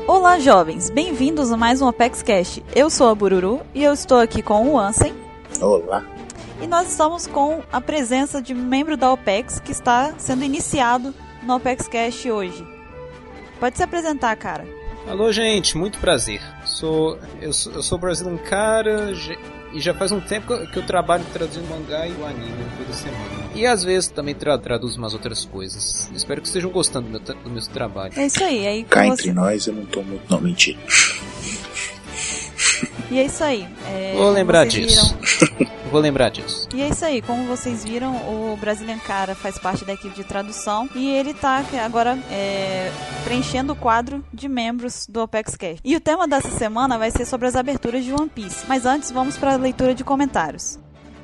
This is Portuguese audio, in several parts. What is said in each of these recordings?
Olá, jovens! Bem-vindos a mais um OpexCast. Eu sou a Bururu e eu estou aqui com o Ansem. Olá! E nós estamos com a presença de um membro da OPEX que está sendo iniciado no OpexCast hoje. Pode se apresentar, cara. Alô, gente, muito prazer. Eu sou brasileiro, cara, e já faz um tempo que eu trabalho traduzindo mangá e o anime toda semana. E às vezes também traduzo umas outras coisas. Espero que estejam gostando do meu trabalho. É isso aí. Cá entre nós, eu não tô muito... Não, mentira. E é isso aí. Vou lembrar disso. Vou lembrar disso. E é isso aí, como vocês viram, o Brazilian Cara faz parte da equipe de tradução e ele tá agora preenchendo o quadro de membros do OpexCast. E o tema dessa semana vai ser sobre as aberturas de One Piece. Mas antes, vamos para a leitura de comentários.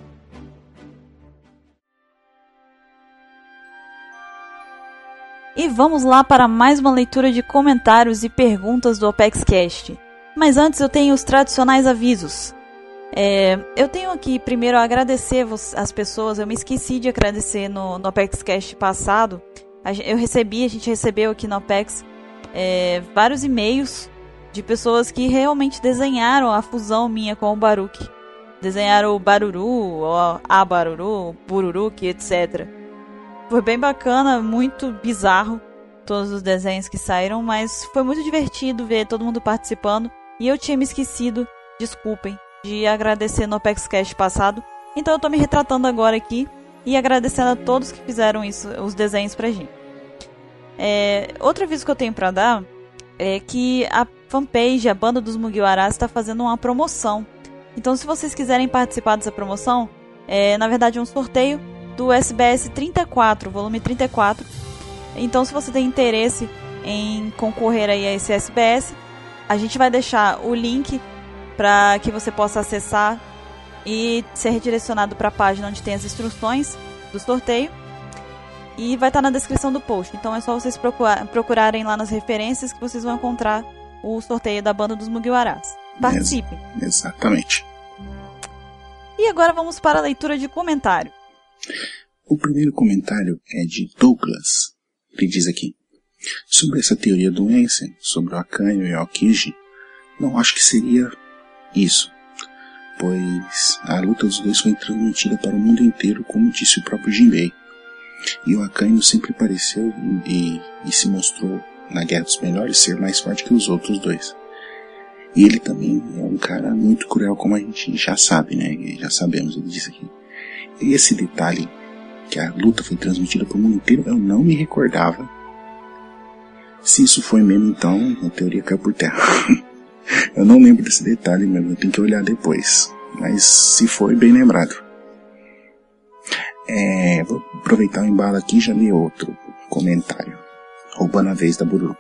E vamos lá para mais uma leitura de comentários e perguntas do OpexCast. Mas antes eu tenho os tradicionais avisos. Eu tenho aqui primeiro a agradecer as pessoas. Eu me esqueci de agradecer no OpexCast passado. A gente recebeu aqui no Opex vários e-mails de pessoas que realmente desenharam a fusão minha com o Baruch. Desenharam o Baruru, a Baruru, o Bururuki, etc. Foi bem bacana, muito bizarro todos os desenhos que saíram, mas foi muito divertido ver todo mundo participando. E eu tinha me esquecido, desculpem, de agradecer no OpexCast passado. Então eu tô me retratando agora aqui e agradecendo a todos que fizeram isso, os desenhos pra gente. Outro aviso que eu tenho pra dar é que a fanpage, a Banda dos Mugiwaras, está fazendo uma promoção. Então se vocês quiserem participar dessa promoção, na verdade é um sorteio do SBS 34, volume 34. Então se você tem interesse em concorrer aí a esse SBS, a gente vai deixar o link para que você possa acessar e ser redirecionado para a página onde tem as instruções do sorteio. E vai estar na descrição do post. Então é só vocês procurarem lá nas referências que vocês vão encontrar o sorteio da Banda dos Mugiwaras. Participem. Exatamente. E agora vamos para a leitura de comentário. O primeiro comentário é de Douglas. Ele diz aqui: sobre essa teoria do Ansem, sobre o Akanho e o Aokiji, não acho que seria isso, pois a luta dos dois foi transmitida para o mundo inteiro, como disse o próprio Jinbei. E o Akanho sempre pareceu e se mostrou na Guerra dos Melhores ser mais forte que os outros dois. E ele também é um cara muito cruel, como a gente já sabe, né? Já sabemos, ele disse aqui. E esse detalhe, que a luta foi transmitida para o mundo inteiro, eu não me recordava. Se isso foi mesmo, então a teoria caiu por terra. Eu não lembro desse detalhe mesmo, eu tenho que olhar depois. Mas se foi, bem lembrado. Vou aproveitar o embalo aqui e já li outro comentário. Roubando a vez da Buru.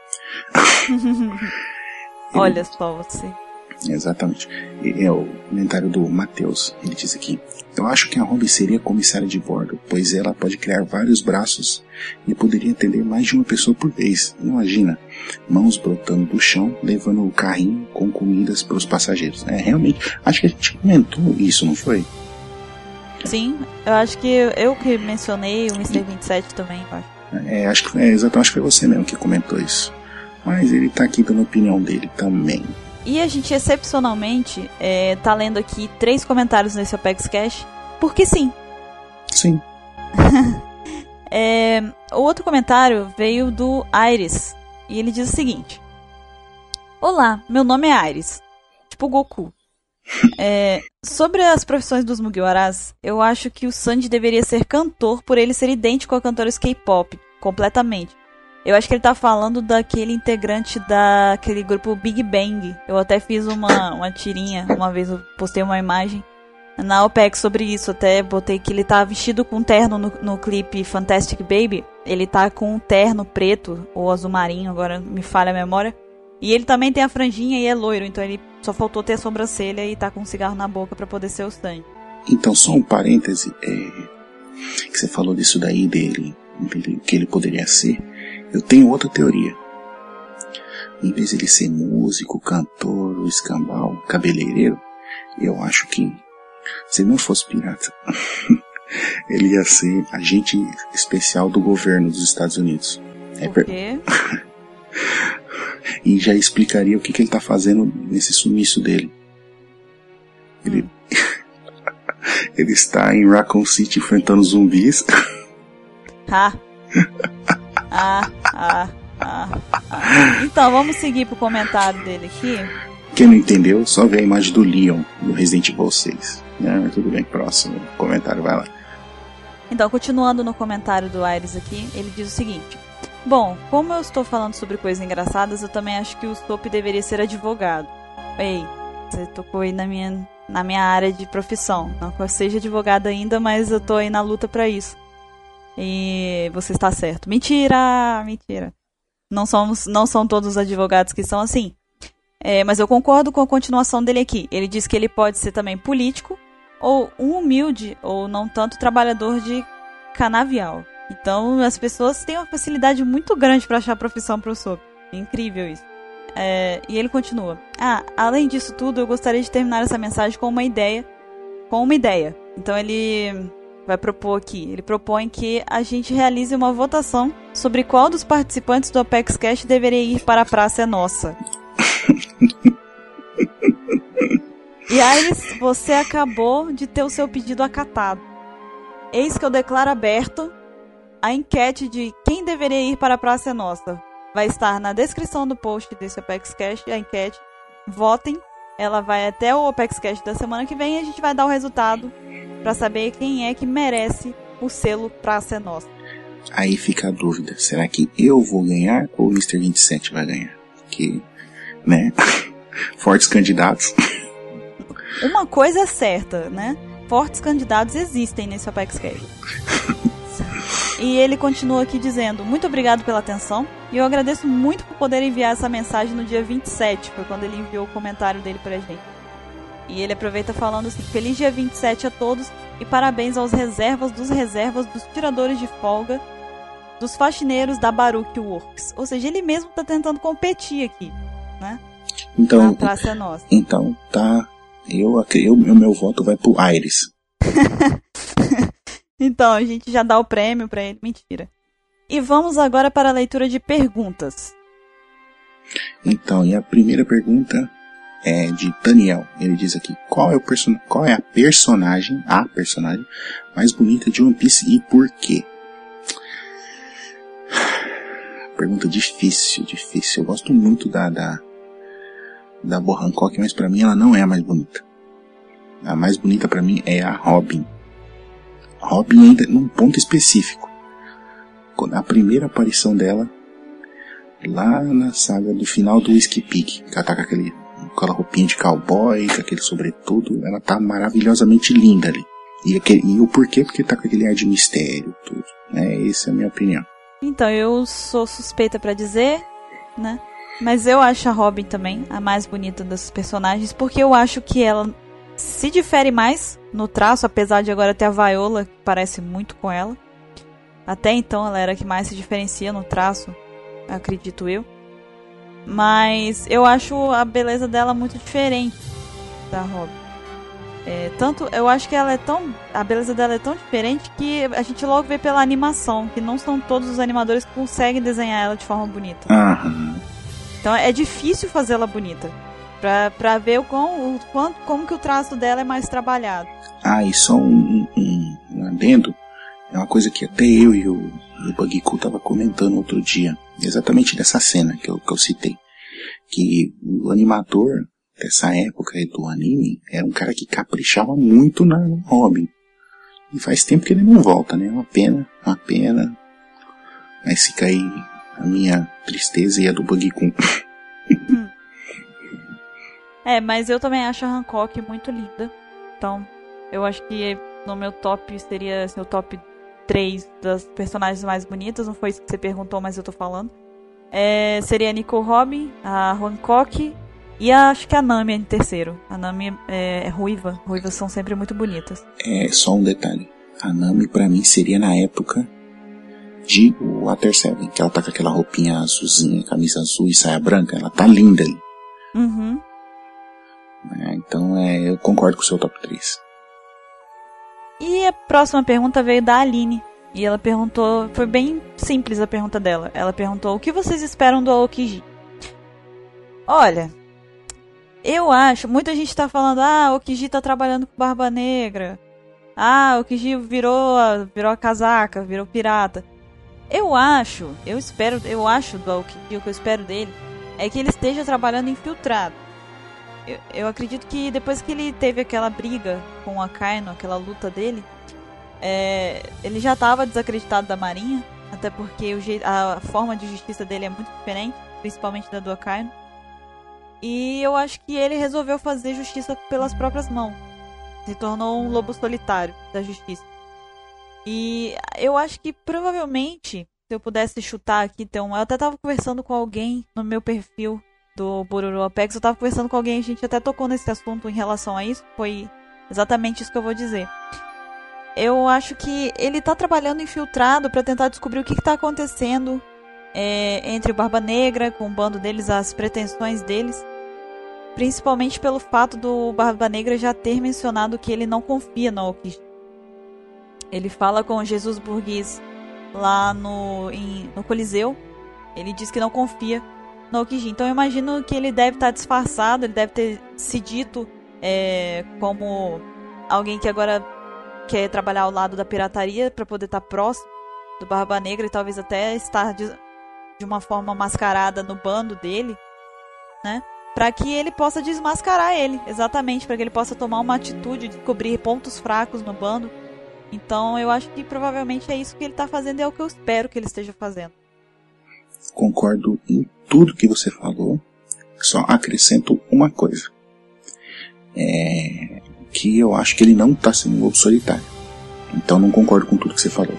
Olha só você. Exatamente. É o comentário do Matheus. Ele diz aqui: eu acho que a Robin seria comissária de bordo, pois ela pode criar vários braços e poderia atender mais de uma pessoa por vez. Imagina, mãos brotando do chão, levando o carrinho com comidas para os passageiros. Realmente, acho que a gente comentou isso, não foi? Sim, eu acho que eu que mencionei, o Mr. 27 também, acho. Exatamente, acho que foi você mesmo que comentou isso. Mas ele tá aqui dando a opinião dele também. E a gente, excepcionalmente, tá lendo aqui 3 comentários nesse OpexCast, porque sim. Sim. O outro comentário veio do Aires, e ele diz o seguinte: olá, meu nome é Aires, tipo Goku. Sobre as profissões dos Mugiwaras, eu acho que o Sanji deveria ser cantor por ele ser idêntico a cantores K-pop, completamente. Eu acho que ele tá falando daquele integrante daquele grupo Big Bang. Eu até fiz uma tirinha, uma vez eu postei uma imagem na OPEX sobre isso. Até botei que ele tá vestido com terno no clipe Fantastic Baby. Ele tá com um terno preto ou azul marinho, agora me falha a memória. E ele também tem a franjinha e é loiro, então ele só faltou ter a sobrancelha e tá com um cigarro na boca pra poder ser o Sanji. Então, só um parêntese, que você falou disso daí dele, que ele poderia ser. Eu tenho outra teoria. Em vez de ele ser músico, cantor, escambau, cabeleireiro, eu acho que, se ele não fosse pirata, ele ia ser agente especial do governo dos Estados Unidos. Por quê? E já explicaria o que ele tá fazendo nesse sumiço dele. Ele está em Raccoon City enfrentando zumbis. Então, vamos seguir pro comentário dele aqui. Quem não entendeu, só vê a imagem do Leon no Resident Evil 6. Mas tudo bem, próximo comentário, vai lá. Então, continuando no comentário do Aires aqui, ele diz o seguinte: bom, como eu estou falando sobre coisas engraçadas, eu também acho que o Soap deveria ser advogado. Ei, você tocou aí na minha área de profissão. Não que eu seja advogado ainda, mas eu tô aí na luta pra isso. E você está certo. Mentira! Não são todos os advogados que são assim. Mas eu concordo com a continuação dele aqui. Ele diz que ele pode ser também político, ou um humilde, ou não tanto trabalhador de canavial. Então as pessoas têm uma facilidade muito grande para achar profissão pro Soap. É incrível isso. E ele continua: além disso tudo, eu gostaria de terminar essa mensagem com uma ideia. Então ele vai propor aqui. Ele propõe que a gente realize uma votação sobre qual dos participantes do Apex Cash deveria ir para a Praça é Nossa. E Aires, você acabou de ter o seu pedido acatado. Eis que eu declaro aberto a enquete de quem deveria ir para a Praça é Nossa. Vai estar na descrição do post desse Apex Cash, a enquete. Votem. Ela vai até o Apex Cash da semana que vem e a gente vai dar o resultado para saber quem é que merece o selo Praça é Nossa. Aí fica a dúvida, será que eu vou ganhar ou o Mr. 27 vai ganhar? Porque, né, fortes candidatos. Uma coisa é certa, né? Fortes candidatos existem nesse Apex Cash. E ele continua aqui dizendo: muito obrigado pela atenção, e eu agradeço muito por poder enviar essa mensagem no dia 27, foi quando ele enviou o comentário dele pra gente. E ele aproveita falando assim: feliz dia 27 a todos, e parabéns aos reservas, dos tiradores de folga, dos faxineiros da Baruch Works. Ou seja, ele mesmo tá tentando competir aqui, né? Então, na Praça é Nossa. Então, tá. Meu voto vai pro Aires. Então, a gente já dá o prêmio pra ele. Mentira. E vamos agora para a leitura de perguntas. Então, e a primeira pergunta é de Daniel. Ele diz aqui: qual é a personagem mais bonita de One Piece e por quê? Pergunta difícil. Eu gosto muito da Boa Hancock, mas pra mim ela não é a mais bonita. A mais bonita pra mim é a Robin. Robin ainda num ponto específico. A primeira aparição dela, lá na saga do final do Whiskey Peak, que ela tá com aquela roupinha de cowboy, com aquele sobretudo, ela tá maravilhosamente linda ali. E o porquê? Porque tá com aquele ar de mistério, tudo. Essa é a minha opinião. Então, eu sou suspeita pra dizer, né? Mas eu acho a Robin também a mais bonita das personagens, porque eu acho que ela se difere mais no traço, apesar de agora ter a Viola, que parece muito com ela. Até então ela era a que mais se diferencia no traço, acredito eu. Mas eu acho a beleza dela muito diferente da Robin. Eu acho que a beleza dela é tão diferente que a gente logo vê pela animação, que não são todos os animadores que conseguem desenhar ela de forma bonita. Aham. Então é difícil fazê-la bonita, pra ver como que o traço dela é mais trabalhado. E só um adendo, é uma coisa que até eu e o Bugiku tava comentando outro dia, exatamente dessa cena que eu citei, que o animador dessa época do anime era um cara que caprichava muito na Robin, e faz tempo que ele não volta, né? Uma pena, mas fica aí a minha tristeza e a do Bugiku. Mas eu também acho a Hancock muito linda. Então, eu acho que no meu top seria o top 3 das personagens mais bonitas. Não foi isso que você perguntou, mas eu tô falando. Seria a Nicole Robin, a Hancock e acho que a Nami em terceiro. A Nami é ruiva. Ruivas são sempre muito bonitas. Só um detalhe. A Nami pra mim seria na época de Water 7, que ela tá com aquela roupinha azulzinha, camisa azul e saia branca, ela tá linda ali. Uhum. Então eu concordo com o seu top 3. E a próxima pergunta veio da Aline. E ela perguntou, foi bem simples a pergunta dela. Ela perguntou: o que vocês esperam do Aokiji? Olha, eu acho, muita gente tá falando, o Kiji tá trabalhando com Barba Negra. O Kiji virou a casaca, virou pirata. Eu acho do Aokiji, o que eu espero dele é que ele esteja trabalhando infiltrado. Eu acredito que depois que ele teve aquela briga com a Akainu, aquela luta dele, ele já estava desacreditado da Marinha, até porque a forma de justiça dele é muito diferente, principalmente da do Akainu. E eu acho que ele resolveu fazer justiça pelas próprias mãos. Se tornou um lobo solitário da justiça. E eu acho que provavelmente, se eu pudesse chutar aqui, eu até tava conversando com alguém no meu perfil do Bororo Apex, eu tava conversando com alguém, a gente até tocou nesse assunto em relação a isso, foi exatamente isso que eu vou dizer. Eu acho que ele tá trabalhando infiltrado pra tentar descobrir o que tá acontecendo entre o Barba Negra, com o bando deles, as pretensões deles. Principalmente pelo fato do Barba Negra já ter mencionado que ele não confia no Aokiji. Ele fala com Jesus Burguês lá no Coliseu. Ele diz que não confia no Aokiji. Então eu imagino que ele deve estar disfarçado, ele deve ter se dito como alguém que agora quer trabalhar ao lado da pirataria para poder estar próximo do Barba Negra e talvez até estar de uma forma mascarada no bando dele, né? Para que ele possa desmascarar ele, exatamente, para que ele possa tomar uma atitude, descobrir pontos fracos no bando. Então eu acho que provavelmente é isso que ele está fazendo e é o que eu espero que ele esteja fazendo. Concordo em tudo que você falou, só acrescento uma coisa. Que eu acho que ele não está sendo um lobo solitário. Então não concordo com tudo que você falou.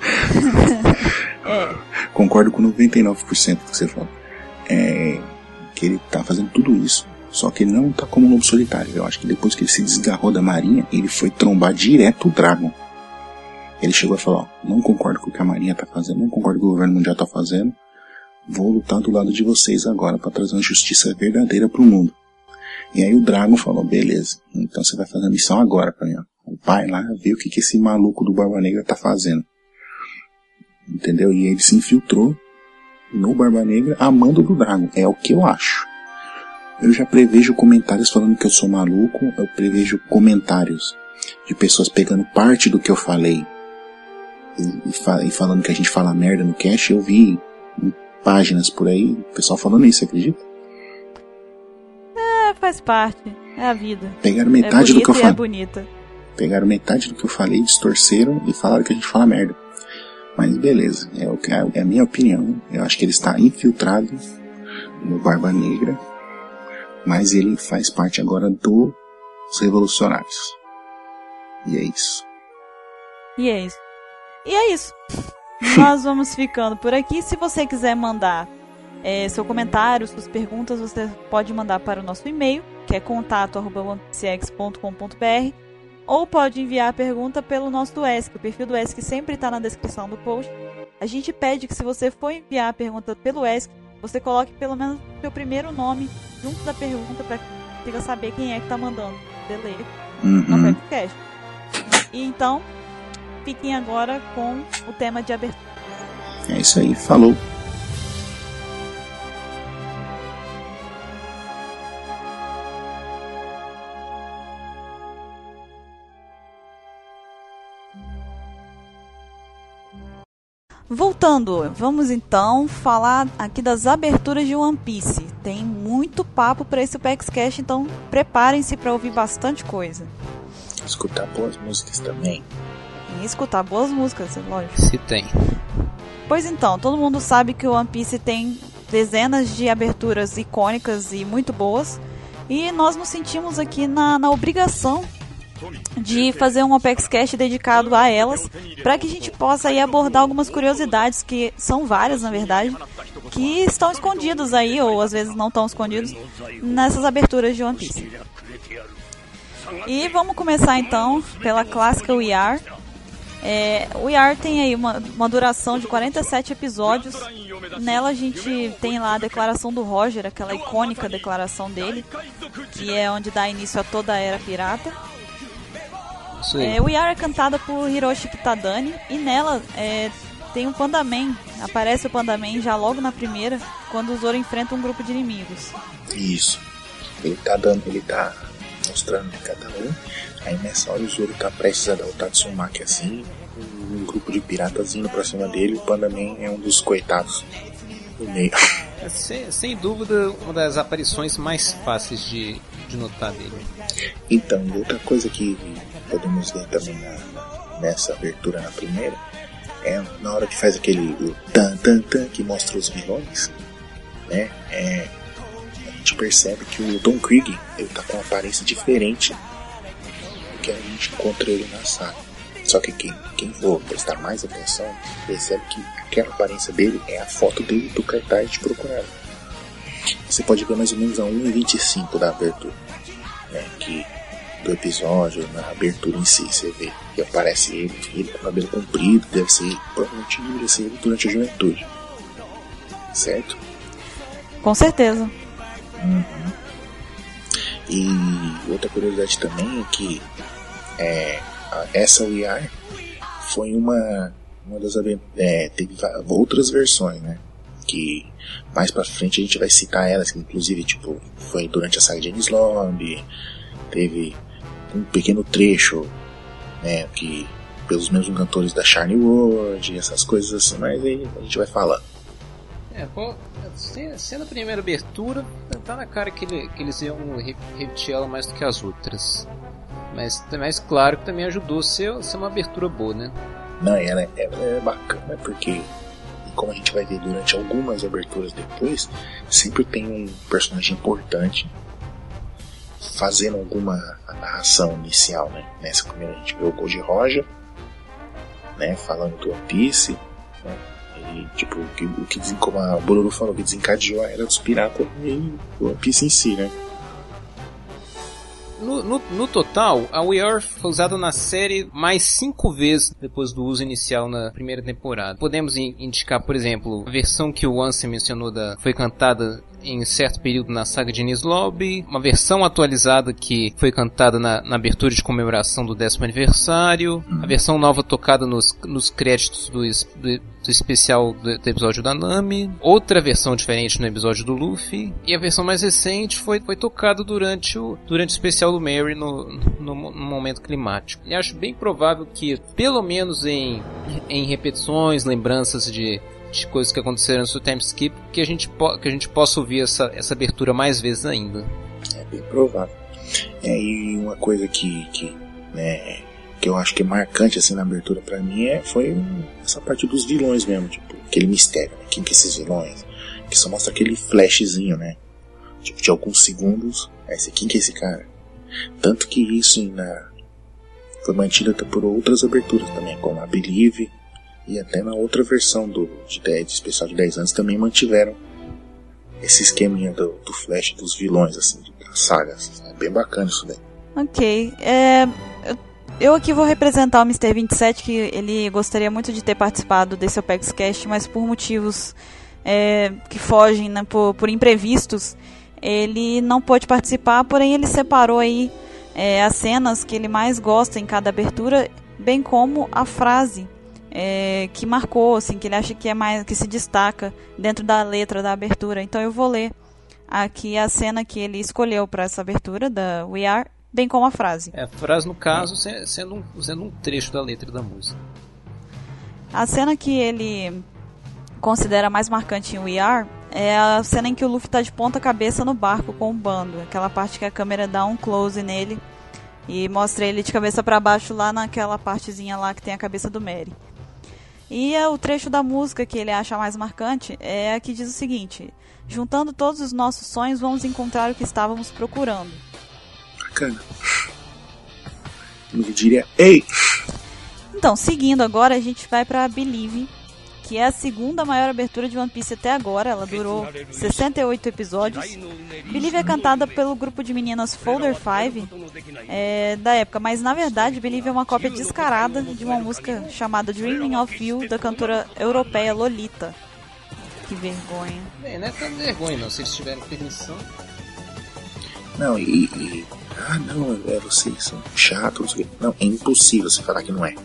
Concordo com 99% do que você falou. Que ele tá fazendo tudo isso, só que ele não tá como um lobo solitário. Eu acho que depois que ele se desgarrou da Marinha, ele foi trombar direto o Dragon. Ele chegou a falar, não concordo com o que a Marinha tá fazendo, não concordo com o que o governo mundial tá fazendo, vou lutar do lado de vocês agora para trazer uma justiça verdadeira pro mundo. E aí o Dragon falou, beleza, então você vai fazer a missão agora pra mim, ó. O pai lá vê o que esse maluco do Barba Negra tá fazendo. Entendeu? E ele se infiltrou no Barba Negra a mando do Dragon. É o que eu acho. Eu já prevejo comentários falando que eu sou maluco. Eu prevejo comentários de pessoas pegando parte do que eu falei e falando que a gente fala merda no cast. Eu vi em páginas por aí o pessoal falando isso, acredita? Faz parte. É a vida. Pegaram metade do que eu falei. É bonita. Pegaram metade do que eu falei, distorceram e falaram que a gente fala merda. Mas beleza, é a minha opinião. Eu acho que ele está infiltrado no Barba Negra, mas ele faz parte agora dos revolucionários. E é isso. E é isso. Nós vamos ficando por aqui. Se você quiser mandar seu comentário, suas perguntas, você pode mandar para o nosso e-mail, que é contato@onepcx.com.br, ou pode enviar a pergunta pelo nosso ESC. O perfil do ESC sempre está na descrição do post. A gente pede que, se você for enviar a pergunta pelo ESC, você coloque pelo menos o seu primeiro nome junto da pergunta, para que você saber quem é que está mandando. Beleza? No podcast. E então, fiquem agora com o tema de abertura. É isso aí, falou! Voltando, vamos então falar aqui das aberturas de One Piece. Tem muito papo para esse PaxCast, então preparem-se para ouvir bastante coisa. Escutar boas músicas também. E escutar boas músicas, lógico. Se tem. Pois então, todo mundo sabe que o One Piece tem dezenas de aberturas icônicas e muito boas. E nós nos sentimos aqui na obrigação de fazer um OpexCast dedicado a elas, para que a gente possa aí abordar algumas curiosidades, que são várias na verdade, que estão escondidos aí, ou às vezes não estão escondidos, nessas aberturas de One Piece. E vamos começar então pela clássica We Are. We Are tem aí uma duração de 47 episódios. Nela a gente tem lá a declaração do Roger, aquela icônica declaração dele, que é onde dá início a toda a Era Pirata. We Are é cantada por Hiroshi Kitadani, e nela tem o Pandaman. Aparece o Pandaman já logo na primeira, quando o Zoro enfrenta um grupo de inimigos. Isso. Ele tá mostrando de cada um. Aí nessa hora o Zoro tá prestes a dar o Tatsumaki assim. Um grupo de piratas indo pra cima dele. O Pandaman é um dos coitados do meio. Sem dúvida, uma das aparições mais fáceis de notar dele. Então, outra coisa que podemos ver também nessa abertura na primeira é na hora que faz aquele tan tan tan que mostra os vilões, né? A gente percebe que o Don Krieg ele tá com uma aparência diferente do que a gente encontra ele na saga. Só que quem for prestar mais atenção percebe que aquela aparência dele é a foto dele do cartaz de procurado. Você pode ver mais ou menos a 1:25 da abertura, né? Que do episódio, na abertura em si, você vê que aparece ele com o cabelo comprido, provavelmente deveria ser ele durante a juventude, certo? Com certeza. Uhum. E outra curiosidade também é que essa We Are foi uma das teve outras versões, né? Que mais pra frente a gente vai citar elas, que inclusive tipo, foi durante a saga de Enies Lobby, teve um pequeno trecho, né, que pelos mesmos cantores da Charney World, essas coisas assim, mas aí a gente vai falando. Sendo a primeira abertura, tá na cara que eles iam repetir ela mais do que as outras. Mas claro que também ajudou a ser uma abertura boa, né? Não, ela é bacana porque, como a gente vai ver durante algumas aberturas depois, sempre tem um personagem importante fazendo alguma narração inicial, né? Nessa primeira a gente vê o Gold Roger, né? Falando do One Piece, né? E tipo, como a Bururu falou, que desencadeou a Era dos Piratas e o One Piece em si, né? No total, a We Are foi usada na série mais 5 vezes depois do uso inicial na primeira temporada. Podemos indicar, por exemplo, a versão que o Ansem mencionou foi cantada em certo período na saga de Enies Lobby, uma versão atualizada que foi cantada na abertura de comemoração do 10º aniversário, a versão nova tocada nos créditos do especial do episódio da Nami, outra versão diferente no episódio do Luffy, e a versão mais recente foi tocada durante o especial do Mary no momento climático. E acho bem provável que, pelo menos em repetições, lembranças de coisas que aconteceram no seu time skip, que a gente possa ouvir essa abertura mais vezes ainda. É bem provável. E uma coisa que eu acho que é marcante assim na abertura pra mim foi essa parte dos vilões mesmo, tipo, aquele mistério, né? Quem que é esses vilões? Que só mostra aquele flashzinho, né? Tipo, de alguns segundos, quem que é esse cara? Tanto que isso foi mantido por outras aberturas também, como a Believe, e até na outra versão de especial de 10 anos também mantiveram esse esqueminha do flash dos vilões, assim, das sagas. É bem bacana isso daí. Ok. Eu aqui vou representar o Mr. 27, que ele gostaria muito de ter participado desse Opex Cast, mas por motivos que fogem, né, por imprevistos, ele não pôde participar, porém ele separou aí as cenas que ele mais gosta em cada abertura, bem como a frase que marcou, assim, que ele acha que se destaca dentro da letra da abertura. Então eu vou ler aqui a cena que ele escolheu para essa abertura da We Are, bem como a frase. A frase, no caso, sendo um trecho da letra da música. A cena que ele considera mais marcante em We Are é a cena em que o Luffy está de ponta cabeça no barco com o bando. Aquela parte que a câmera dá um close nele e mostra ele de cabeça para baixo lá naquela partezinha lá que tem a cabeça do Mary. E o trecho da música que ele acha mais marcante é a que diz o seguinte: juntando todos os nossos sonhos, vamos encontrar o que estávamos procurando. Bacana. Eu diria, ei! Então, seguindo agora, a gente vai para Believe, que é a segunda maior abertura de One Piece até agora. Ela durou 68 episódios. Believe é cantada pelo grupo de meninas Folder 5 da época, mas na verdade Believe é uma cópia descarada de uma música chamada Dreaming of You, da cantora europeia Lolita. Que vergonha. Bem, não é tão vergonha não, se eles tiverem permissão. Não, não, vocês são chatos. Não, é impossível você falar que não é.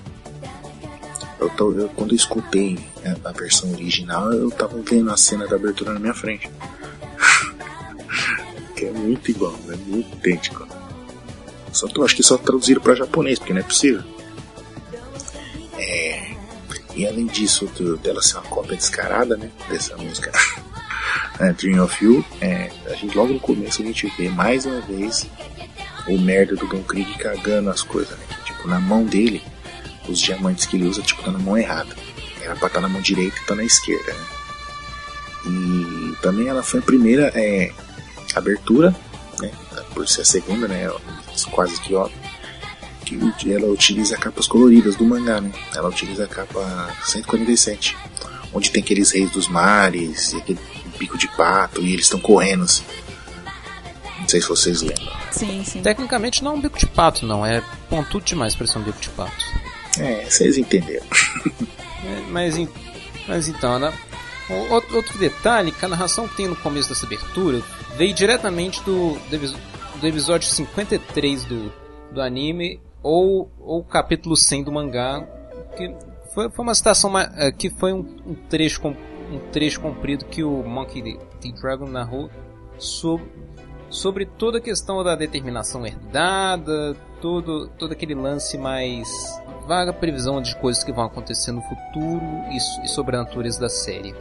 Quando eu escutei a versão original, eu tava vendo a cena da abertura na minha frente. que é muito igual, é muito idêntico. Acho que só traduziram pra japonês, porque não é possível. E além disso, dela ser uma cópia descarada, né, dessa música Dream of You, a gente, logo no começo a gente vê mais uma vez o merda do Don Krieg cagando as coisas, né? Tipo, na mão dele, os diamantes que ele usa, tipo, tá na mão errada. Era pra estar na mão direita e tá na esquerda, né? E também ela foi a primeira abertura, né? Por ser a segunda, né? Quase que óbvio. Que ela utiliza capas coloridas do mangá, né? Ela utiliza a capa 147, onde tem aqueles reis dos mares e aquele bico de pato, e eles estão correndo assim. Não sei se vocês lembram. Sim, sim. Tecnicamente não é um bico de pato, não. É pontudo demais pra ser um bico de pato. Vocês entenderam. Mas então, né? Outro detalhe, que a narração que tem no começo dessa abertura veio diretamente do episódio 53 do anime, ou o capítulo 100 do mangá, que foi uma citação que foi um trecho comprido que o Monkey D. Dragon narrou sobre toda a questão da determinação herdada, todo aquele lance mais vaga previsão de coisas que vão acontecer no futuro e sobre a natureza da série.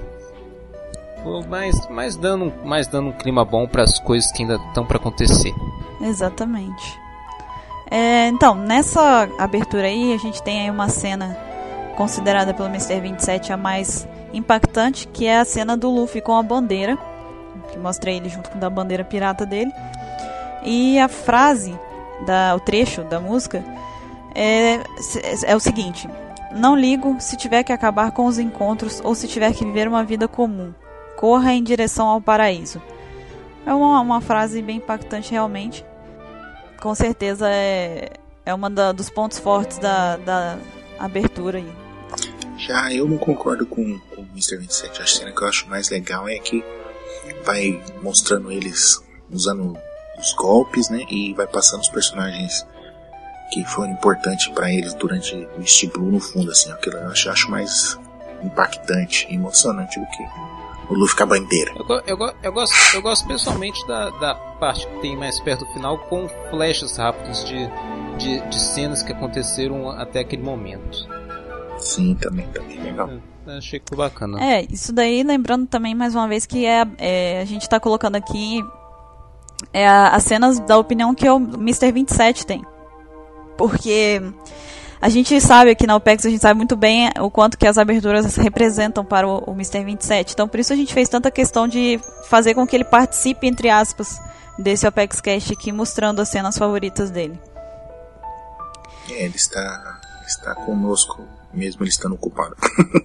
Mais dando um clima bom para as coisas que ainda estão para acontecer. Exatamente. Então, nessa abertura aí, a gente tem aí uma cena considerada pelo Mr. 27 a mais impactante, que é a cena do Luffy com a bandeira, que mostra ele junto com a bandeira pirata dele. E a frase, o trecho da música é o seguinte: não ligo se tiver que acabar com os encontros ou se tiver que viver uma vida comum. Corra em direção ao paraíso. É uma frase bem impactante realmente. Com certeza é uma dos pontos fortes da abertura aí. Já eu não concordo com o Mr. 27. A cena que eu acho mais legal é que vai mostrando eles usando os golpes, né? E vai passando os personagens que foram importantes pra eles durante o East Blue no fundo, assim. Aquilo eu acho mais impactante e emocionante do que o Luffy com a bandeira. Eu gosto pessoalmente da parte que tem mais perto do final, com flashes rápidos de cenas que aconteceram até aquele momento. Sim, também legal. Achei que ficou bacana. Isso daí, lembrando também mais uma vez que a gente tá colocando aqui as cenas da opinião que o Mr. 27 tem. Porque a gente sabe aqui na OPEX, a gente sabe muito bem o quanto que as aberturas representam para o Mr. 27. Então por isso a gente fez tanta questão de fazer com que ele participe, entre aspas, desse OPEX Cast aqui, mostrando as cenas favoritas dele. Ele está conosco, mesmo ele estando ocupado.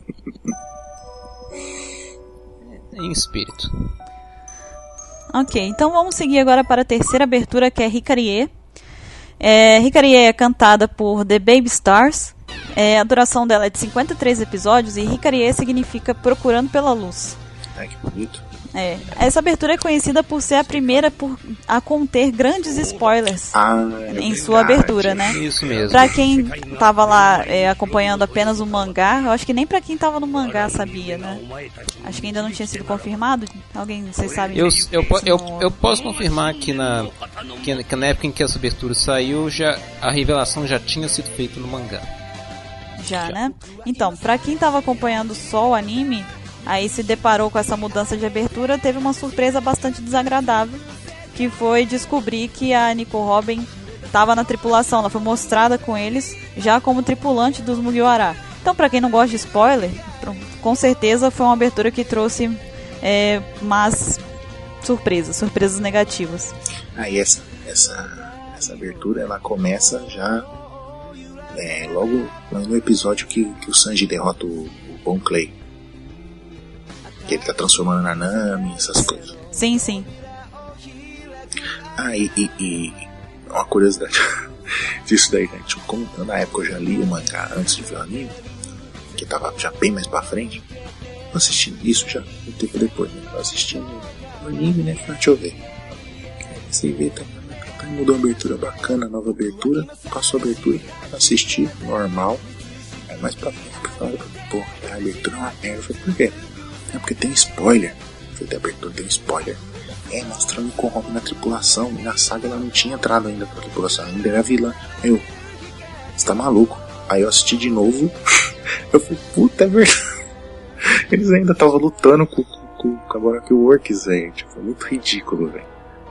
Em espírito. Ok, então vamos seguir agora para a terceira abertura, que é Hikarie. Hikarie é cantada por The Baby Stars. A duração dela é de 53 episódios e Hikarie significa procurando pela luz. Ai, que bonito. Essa abertura é conhecida por ser a primeira a conter grandes spoilers em sua abertura, né? Isso mesmo. Pra quem tava lá acompanhando apenas o mangá, eu acho que nem pra quem tava no mangá sabia, né? Acho que ainda não tinha sido confirmado. Vocês sabem? Eu posso confirmar que na época em que essa abertura saiu, a revelação já tinha sido feita no mangá. Já, né? Então, pra quem tava acompanhando só o anime, aí se deparou com essa mudança de abertura, teve uma surpresa bastante desagradável, que foi descobrir que a Nico Robin estava na tripulação. Ela foi mostrada com eles já como tripulante dos Mugiwara. Então, para quem não gosta de spoiler, com certeza foi uma abertura que trouxe más surpresas negativas. Aí essa abertura, ela começa já logo no episódio que o Sanji derrota o Bon Clay. Que ele tá transformando na Nami, essas coisas. Sim, sim. E uma curiosidade disso daí, né? Tipo, como na época eu já li o mangá antes de ver o anime, que tava já bem mais pra frente, eu assistindo isso já um tempo depois, né? Eu assistindo o anime, né? Deixa eu ver. Você vê, mudou a abertura bacana, nova abertura, passou a abertura, assisti, normal. Aí mais pra frente, pô, a abertura é uma merda. Eu falei, por quê? Porque tem spoiler. Foi da abertura, tem spoiler. Mostrando com o Robin na tripulação. E na saga ela não tinha entrado ainda pra tripulação. Ela ainda era vilã. Você tá maluco? Aí eu assisti de novo. Eu falei, puta, é verdade. Eles ainda estavam lutando com agora que o Works, velho. Tipo, foi muito ridículo, velho.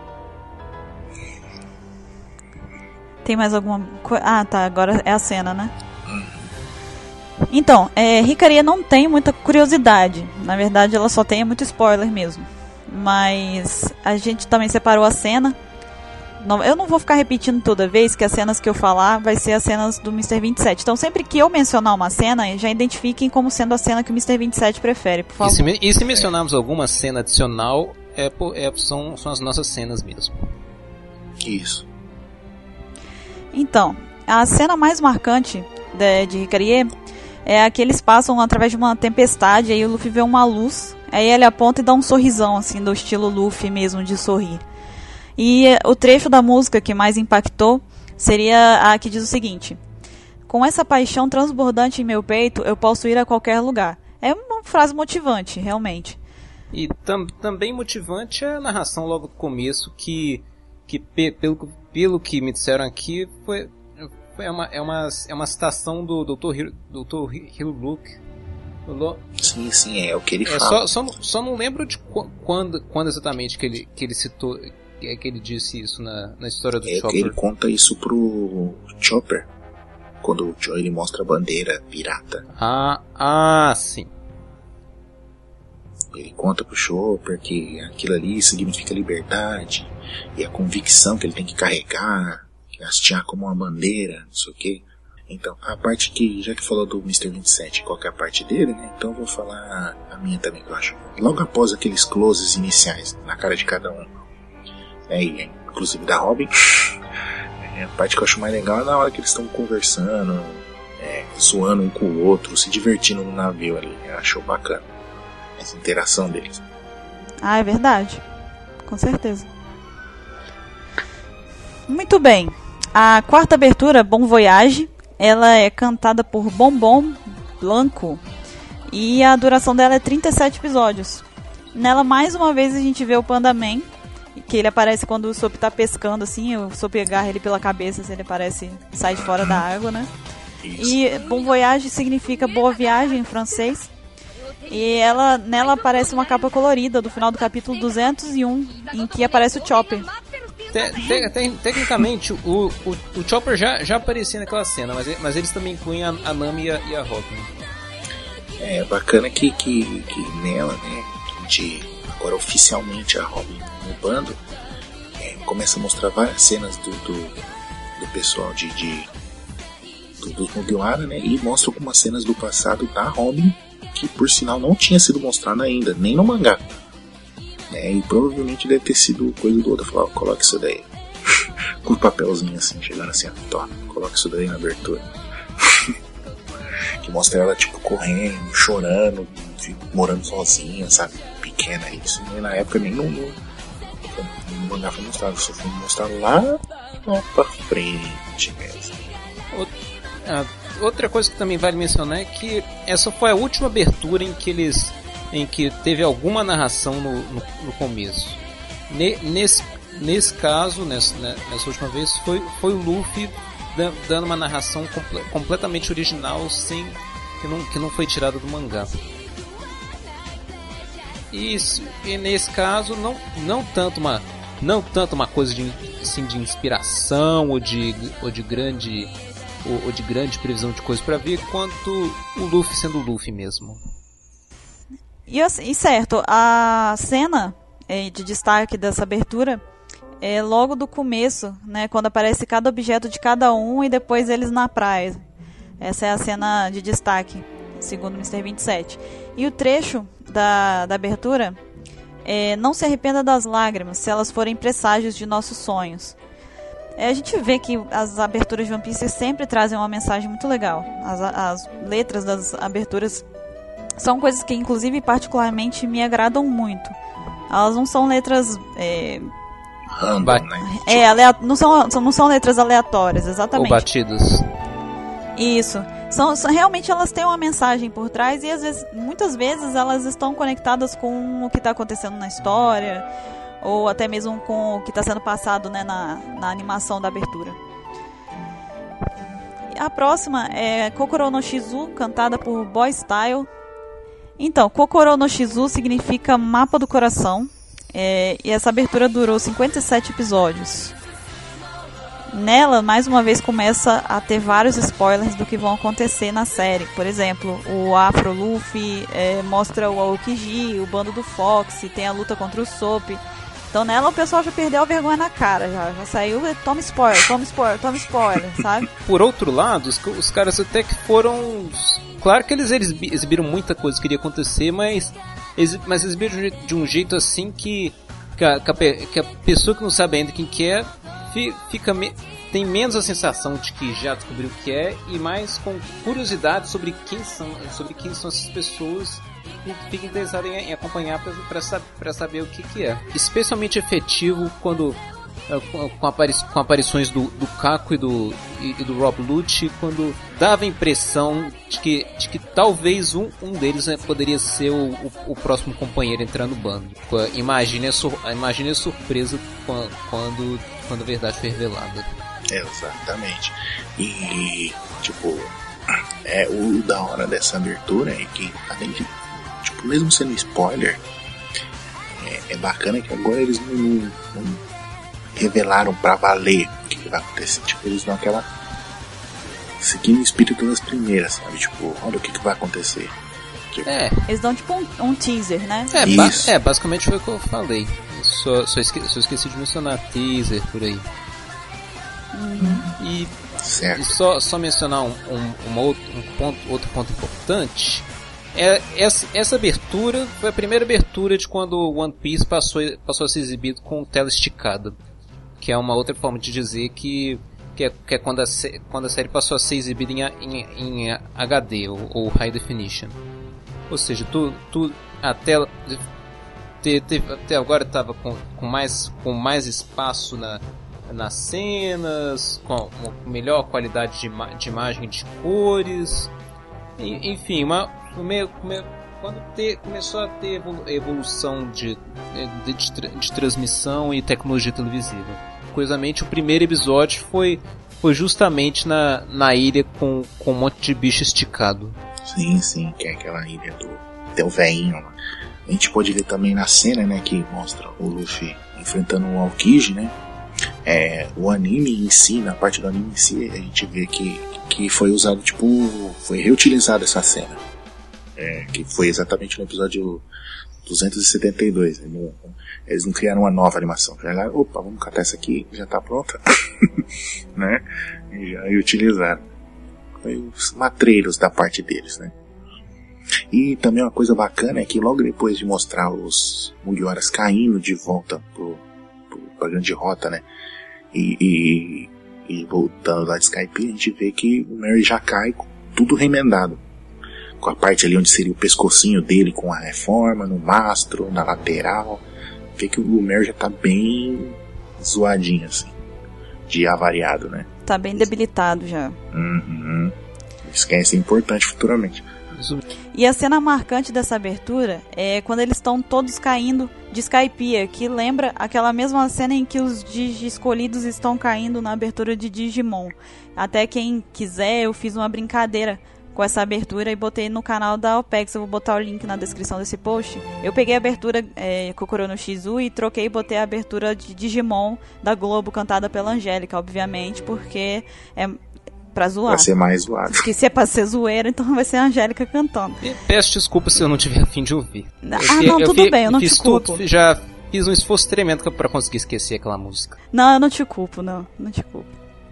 Tem mais alguma coisa? Ah, tá. Agora é a cena, né? Então, Ricaria não tem muita curiosidade. Na verdade, ela só tem muito spoiler mesmo. Mas a gente também separou a cena. Eu não vou ficar repetindo toda vez que as cenas que eu falar vai ser as cenas do Mr. 27. Então, sempre que eu mencionar uma cena, já identifiquem como sendo a cena que o Mr. 27 prefere, por favor. E se mencionarmos alguma cena adicional, são as nossas cenas mesmo. Isso. Então, a cena mais marcante de Ricaria é a que eles passam através de uma tempestade, aí o Luffy vê uma luz, aí ele aponta e dá um sorrisão, assim, do estilo Luffy mesmo, de sorrir. E o trecho da música que mais impactou seria a que diz o seguinte: com essa paixão transbordante em meu peito, eu posso ir a qualquer lugar. É uma frase motivante, realmente. E também motivante é a narração logo do começo, que pelo que me disseram aqui, é uma citação do Dr. Hilbrook. Sim, é o que ele fala. Só não lembro de quando exatamente que ele citou, que ele disse isso na história do Chopper. Ele conta isso pro Chopper, quando ele mostra a bandeira pirata. Sim. Ele conta pro Chopper que aquilo ali significa liberdade, e a convicção que ele tem que carregar, hastear como uma bandeira, não sei o que. Então, a parte que, já que falou do Mr. 27, qual que é a parte dele, né? Então eu vou falar a minha também, que eu acho. Logo após aqueles closes iniciais na cara de cada um, e inclusive da Robin, a parte que eu acho mais legal é na hora que eles estão conversando, zoando um com o outro, se divertindo no navio ali. Eu acho bacana essa interação deles. É verdade. Com certeza. Muito bem. A quarta abertura, Bon Voyage, ela é cantada por Bombom Blanco e a duração dela é 37 episódios. Nela, mais uma vez, a gente vê o Panda Man, que ele aparece quando o Sop tá pescando, assim, o Sop agarra ele pela cabeça, assim, ele aparece, sai de fora da água, né? E Bon Voyage significa boa viagem em francês. E nela aparece uma capa colorida do final do capítulo 201, em que aparece o Chopper. Tecnicamente, o Chopper já aparecia naquela cena, mas eles também incluem a Nami e a Robin. É bacana que nela, né, agora oficialmente a Robin no bando, começa a mostrar várias cenas do pessoal do Mugiwara, né, e mostra algumas cenas do passado da Robin, que por sinal não tinha sido mostrada ainda, nem no mangá. E provavelmente deve ter sido coisa do Oda, falar, coloca isso daí. Com o papelzinho assim, chegando assim, coloca isso daí na abertura. Que mostra ela tipo correndo, chorando, morando sozinha, sabe? Pequena, isso na época nem no mangá foi mostrado, só foi mostrado lá pra frente mesmo. Outra coisa que também vale mencionar é que essa foi a última abertura em que teve alguma narração no começo. Nesse caso, nessa última vez, foi o Luffy dando uma narração completamente original, que não foi tirada do mangá. E nesse caso, não tanto uma coisa de inspiração ou de grande previsão de coisas pra vir, quanto o Luffy sendo o Luffy mesmo. E certo, a cena de destaque dessa abertura é logo do começo, né, quando aparece cada objeto de cada um e depois eles na praia. Essa é a cena de destaque, segundo o Mr. 27. E o trecho da abertura é: não se arrependa das lágrimas, se elas forem presságios de nossos sonhos. A gente vê que as aberturas de One Piece sempre trazem uma mensagem muito legal. As letras das aberturas são coisas que, inclusive, particularmente me agradam muito. Elas não são letras... random, né? Não são letras aleatórias, exatamente. Ou batidos. Isso. Realmente elas têm uma mensagem por trás e, muitas vezes, elas estão conectadas com o que está acontecendo na história, ou até mesmo com o que está sendo passado, né, na animação da abertura. A próxima é Kokoro no Shizu, cantada por Boy Style. Então, Kokoro no Shizu significa mapa do coração, e essa abertura durou 57 episódios. Nela, mais uma vez, começa a ter vários spoilers do que vão acontecer na série. Por exemplo, o Afro Luffy mostra o Aokiji, o bando do Fox, tem a luta contra o Soap. Então nela o pessoal já perdeu a vergonha na cara, já saiu, toma spoiler, sabe? Por outro lado, os caras até que foram... Claro que eles exibiram muita coisa que iria acontecer, mas exibiram de um jeito assim que a pessoa que não sabe ainda quem que é tem menos a sensação de que já descobriu o que é e mais com curiosidade sobre quem são essas pessoas e fica interessado em acompanhar para saber o que é. Especialmente efetivo quando com aparições do Kako e do Rob Lucci, quando dava a impressão de que talvez um deles poderia ser o próximo companheiro a entrar no bando. Imagine a surpresa quando a verdade foi revelada. Exatamente. E o da hora dessa abertura é que, além de mesmo sendo spoiler, é bacana que agora eles não revelaram pra valer o que vai acontecer. Eles dão aquela seguindo o espírito das primeiras, sabe? Olha o que vai acontecer. Eles dão um teaser, né? Basicamente foi o que eu falei. Só esqueci de mencionar teaser por aí. E só mencionar outro ponto importante. Essa abertura foi a primeira abertura de quando One Piece passou a ser exibido com tela esticada, que é uma outra forma de dizer que é quando a série passou a ser exibida em HD ou High Definition. Ou seja, a tela até agora estava com mais espaço nas cenas, com melhor qualidade de imagem e de cores, enfim, quando começou a ter evolução de transmissão e tecnologia televisiva. Curiosamente, o primeiro episódio foi justamente na ilha com um monte de bicho esticado. Sim, que é aquela ilha do velhinho. A gente pode ver também na cena, né, que mostra o Luffy enfrentando o Aokiji, né? O anime em si, na parte do anime em si, a gente vê que foi usado, foi reutilizada essa cena. Que foi exatamente no episódio 272. Eles não criaram uma nova animação. Opa, vamos catar essa aqui, já tá pronta. Né? E já utilizaram. Foi os matreiros da parte deles, né? E também uma coisa bacana é que logo depois de mostrar os Mugioras caindo de volta pra grande rota, né? E voltando lá de Skype, a gente vê que o Merry já cai com tudo remendado. Com a parte ali onde seria o pescocinho dele com a reforma, no mastro, na lateral. Vê que o Merry já tá bem zoadinho, assim. De avariado, né? Tá bem debilitado já. Uhum. Isso que é importante futuramente. E a cena marcante dessa abertura é quando eles estão todos caindo de Skypiea, que lembra aquela mesma cena em que os Digi escolhidos estão caindo na abertura de Digimon. Até quem quiser, eu fiz uma brincadeira com essa abertura e botei no canal da OPEX. Eu vou botar o link na descrição desse post. Eu peguei a abertura Kokoro no Shizu e troquei e botei a abertura de Digimon da Globo, cantada pela Angélica, obviamente, porque é pra zoar. Vai ser mais zoado. Porque se é pra ser zoeira, então vai ser a Angélica cantando. Peço desculpa se eu não tiver a fim de ouvir. Tudo bem, eu não te culpo. Já fiz um esforço tremendo pra conseguir esquecer aquela música. Não, eu não te culpo, não te culpo.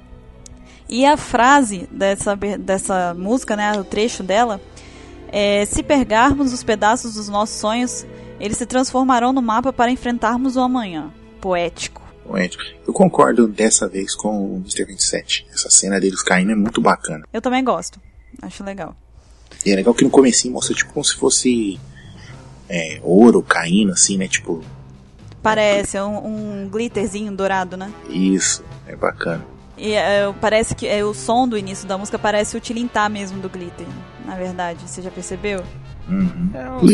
E a frase dessa música, né, o trecho dela, se pegarmos os pedaços dos nossos sonhos, eles se transformarão no mapa para enfrentarmos o amanhã. Poético. Eu concordo dessa vez com o Mr. 27. Essa cena deles caindo é muito bacana. Eu também gosto. Acho legal. E é legal que no comecinho mostra como se fosse ouro caindo, assim, né? Parece um glitterzinho dourado, né? Isso, é bacana. E parece que o som do início da música parece o tilintar mesmo do Glitter, na verdade. Você já percebeu? Uhum.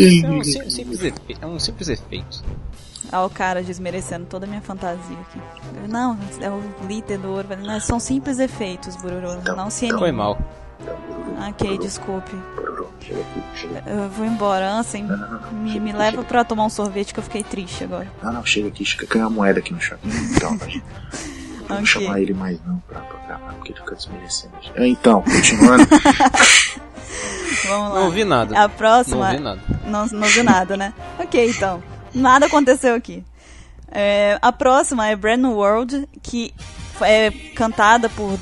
É um simples efeito. Ah, o cara desmerecendo toda a minha fantasia aqui. Não, é o glitter do ouro. Não, são simples efeitos, Bururu. Não se anime. Foi mal. Ok, desculpe. Eu vou embora, Ansem. Me leva pra tomar um sorvete que eu fiquei triste agora. Não, chega aqui, caiu uma moeda aqui no chão. Então, não vou chamar ele mais não pra gravar, porque ele fica desmerecendo. Então, continuando. Vamos lá. Não ouvi nada. A próxima. Não ouvi nada. Não ouvi nada, né? Ok, então. Nada aconteceu aqui. A próxima é Brand New World, que é cantada por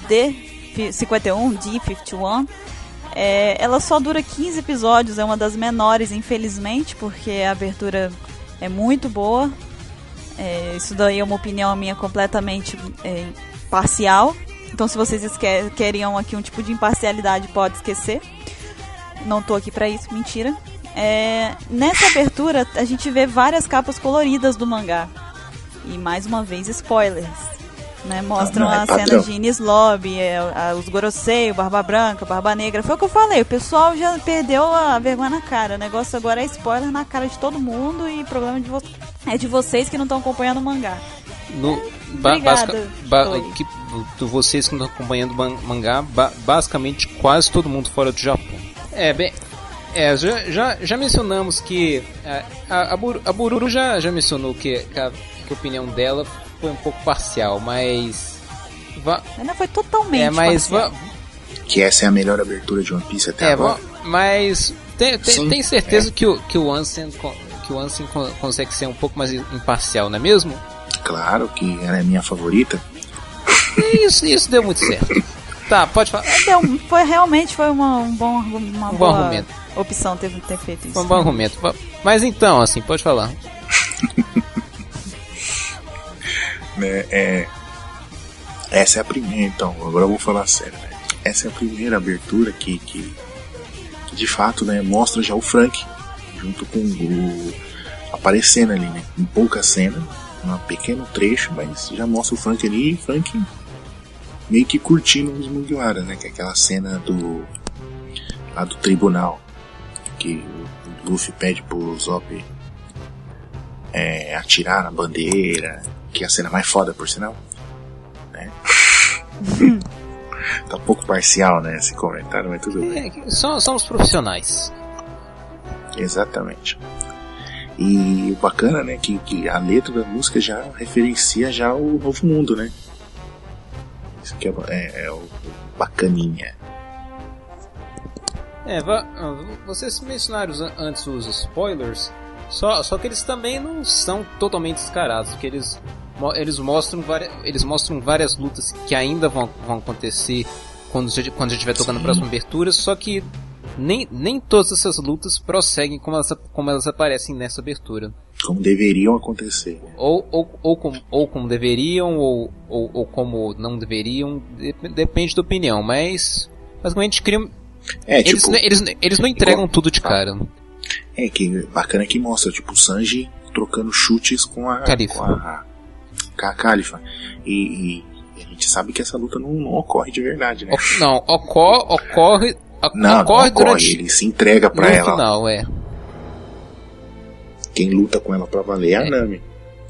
D51. Ela só dura 15 episódios, é uma das menores, infelizmente, porque a abertura é muito boa. Isso daí é uma opinião minha completamente parcial. Então, se vocês queriam aqui um tipo de imparcialidade, pode esquecer. Não tô aqui pra isso, mentira. Nessa abertura, a gente vê várias capas coloridas do mangá. E, mais uma vez, spoilers. Né? Mostram a cena de Enies Lobby, os Gorosei, o Barba Branca, Barba Negra. Foi o que eu falei, o pessoal já perdeu a vergonha na cara. O negócio agora é spoiler na cara de todo mundo e o problema é de vocês que não estão acompanhando o mangá. Obrigada. Vocês que não estão acompanhando o mangá, basicamente quase todo mundo fora do Japão. Já mencionamos que a Bururu já mencionou que a opinião dela foi um pouco parcial, mas ela foi totalmente parcial. Que essa é a melhor abertura de One Piece até agora. Mas tem certeza que o Ansem consegue ser um pouco mais imparcial, não é mesmo? Claro que ela é minha favorita. Isso deu muito certo. Tá, pode falar. Realmente foi uma boa argumento. Opção ter feito isso. Foi um bom argumento. Mas então, assim, pode falar. Essa é a primeira, então, agora eu vou falar sério, né? Essa é a primeira abertura que de fato, né, mostra já o Frank junto com o aparecendo ali, né? Em pouca cena, um pequeno trecho, mas já mostra o Frank ali, e Frank meio que curtindo os Mugiwara, né? Que é aquela cena lá do tribunal, que o Luffy pede pro Usopp atirar na bandeira, que é a cena mais foda, por sinal, né? Tá um pouco parcial, né, esse comentário, mas tudo bem. Somos profissionais. Exatamente. E o bacana, né, que a letra da música já referencia já o Novo Mundo, né? Isso que é o bacaninha. Vocês mencionaram antes os spoilers, só que eles também não são totalmente descarados, porque eles mostram várias lutas que ainda vão acontecer quando a gente estiver tocando na próxima abertura, só que nem todas essas lutas prosseguem como elas aparecem nessa abertura. Como deveriam acontecer. Ou como deveriam, ou como não deveriam, depende da opinião, mas basicamente criam. Eles não entregam tudo de cara. Que bacana que mostra, tipo, o Sanji trocando chutes com a Califa. E a gente sabe que essa luta não ocorre de verdade, né? Não, ocorre durante... ele se entrega pra ela. No final, Quem luta com ela pra valer é a Nami.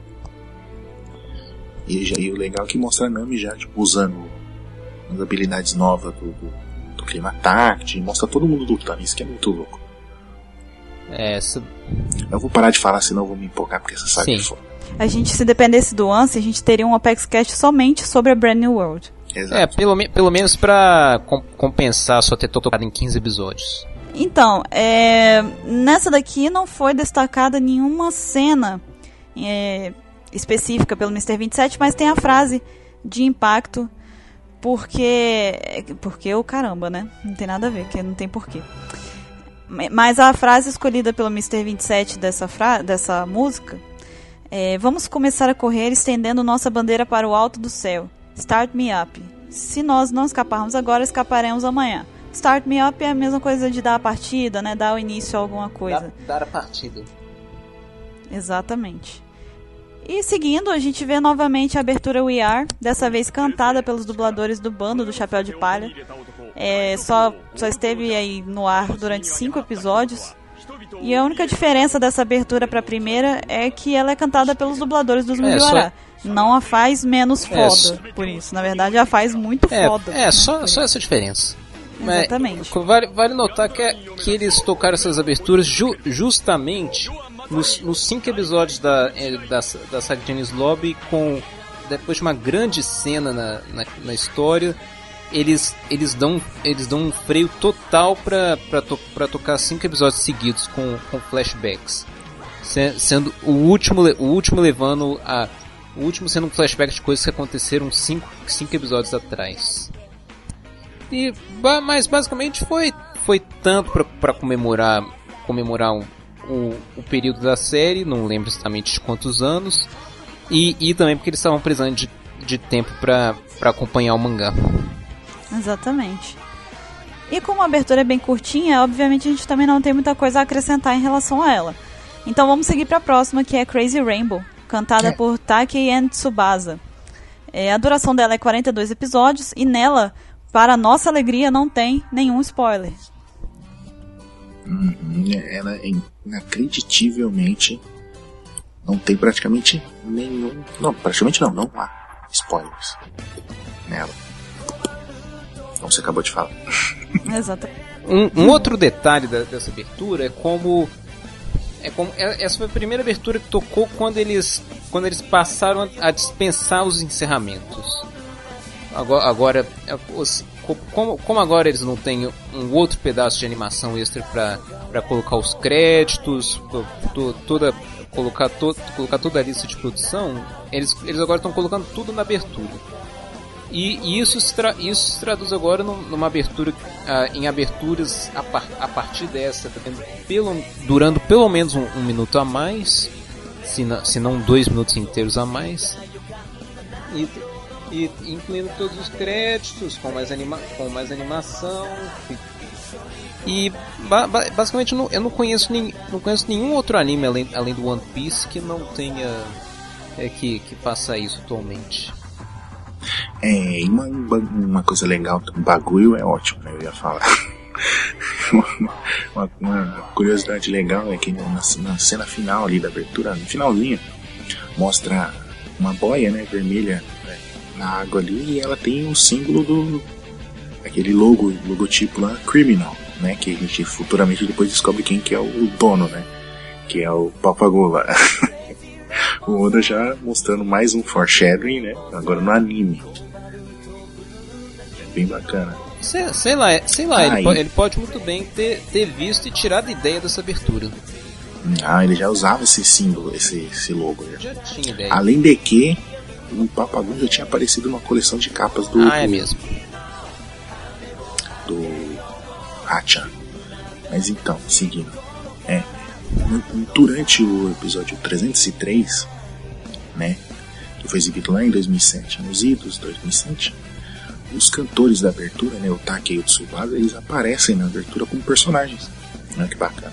E o legal é que mostra a Nami já, tipo, usando as habilidades novas do clima táctil, mostra todo mundo lutando, isso que é muito louco. Eu vou parar de falar, senão eu vou me empolgar, porque essa saga é foda. A gente, se dependesse do Ansem, a gente teria um Apex Cash somente sobre a Brand New World. Exato. Pelo menos pra compensar só ter tocado em 15 episódios. Então, nessa daqui não foi destacada nenhuma cena específica pelo Mr. 27, mas tem a frase de impacto, porque o caramba, né? Não tem nada a ver, que não tem porquê. Mas a frase escolhida pelo Mr. 27 dessa música vamos começar a correr estendendo nossa bandeira para o alto do céu. Start me up. Se nós não escaparmos agora, escaparemos amanhã. Start me up é a mesma coisa de dar a partida, né? Dar o início a alguma coisa. Dar a partida. Exatamente. E seguindo, a gente vê novamente a abertura We Are, dessa vez cantada pelos dubladores do bando do Chapéu de Palha. Só esteve aí no ar durante 5 episódios. E a única diferença dessa abertura para a primeira é que ela é cantada pelos dubladores dos Mugiwara. Não a faz menos foda, por isso. Na verdade, a faz muito foda. Né? Só essa diferença. Exatamente. Vale notar que eles tocaram essas aberturas justamente nos 5 episódios da saga de Enies Lobby, depois de uma grande cena na história, eles dão um freio total pra tocar 5 episódios seguidos com flashbacks, sendo o último sendo um flashback de coisas que aconteceram 5 episódios atrás. Mas basicamente foi tanto para comemorar o período da série, não lembro exatamente de quantos anos, e também porque eles estavam precisando de tempo para acompanhar o mangá. Exatamente. E como a abertura é bem curtinha, obviamente a gente também não tem muita coisa a acrescentar em relação a ela. Então vamos seguir para a próxima, que é Crazy Rainbow, cantada por Takei and Tsubasa. A duração dela é 42 episódios e nela, para nossa alegria, não tem nenhum spoiler. Ela é inacreditavelmente não tem praticamente nenhum... Não, praticamente não há spoilers nela. Como você acabou de falar. Exato. Um outro detalhe dessa abertura é como essa foi a primeira abertura que tocou quando eles passaram a dispensar os encerramentos. Agora como agora eles não têm um outro pedaço de animação extra para colocar os créditos, colocar toda a lista de produção, eles agora estão colocando tudo na abertura. E isso se traduz agora numa abertura, em aberturas a partir dessa, durando pelo menos um minuto a mais, se não 2 minutos inteiros a mais, e incluindo todos os créditos, com mais animação. E basicamente eu não conheço nenhum outro anime além do One Piece que não tenha que faça isso atualmente. Uma coisa legal, o bagulho é ótimo, né? Eu ia falar. uma curiosidade legal é que na cena final ali da abertura, no finalzinho, mostra uma boia, né, vermelha, né, na água ali, e ela tem o símbolo aquele logotipo lá, Criminal, né, que a gente futuramente depois descobre quem que é o dono, né, que é o Papagola. O Oda já mostrando mais um foreshadowing, né, agora no anime. É bem bacana. Sei lá, ele pode muito bem ter visto e tirado a ideia dessa abertura. Ele já usava esse símbolo, esse logo. Já tinha ideia. Além de que o Papagon já tinha aparecido numa coleção de capas do... é mesmo. Do Hacha. Mas então, seguindo. Durante o episódio 303, né, que foi exibido lá em 2007, nos idos 2007, os cantores da abertura, né, o Takei e o Tsubasa, eles aparecem na abertura como personagens. Que bacana.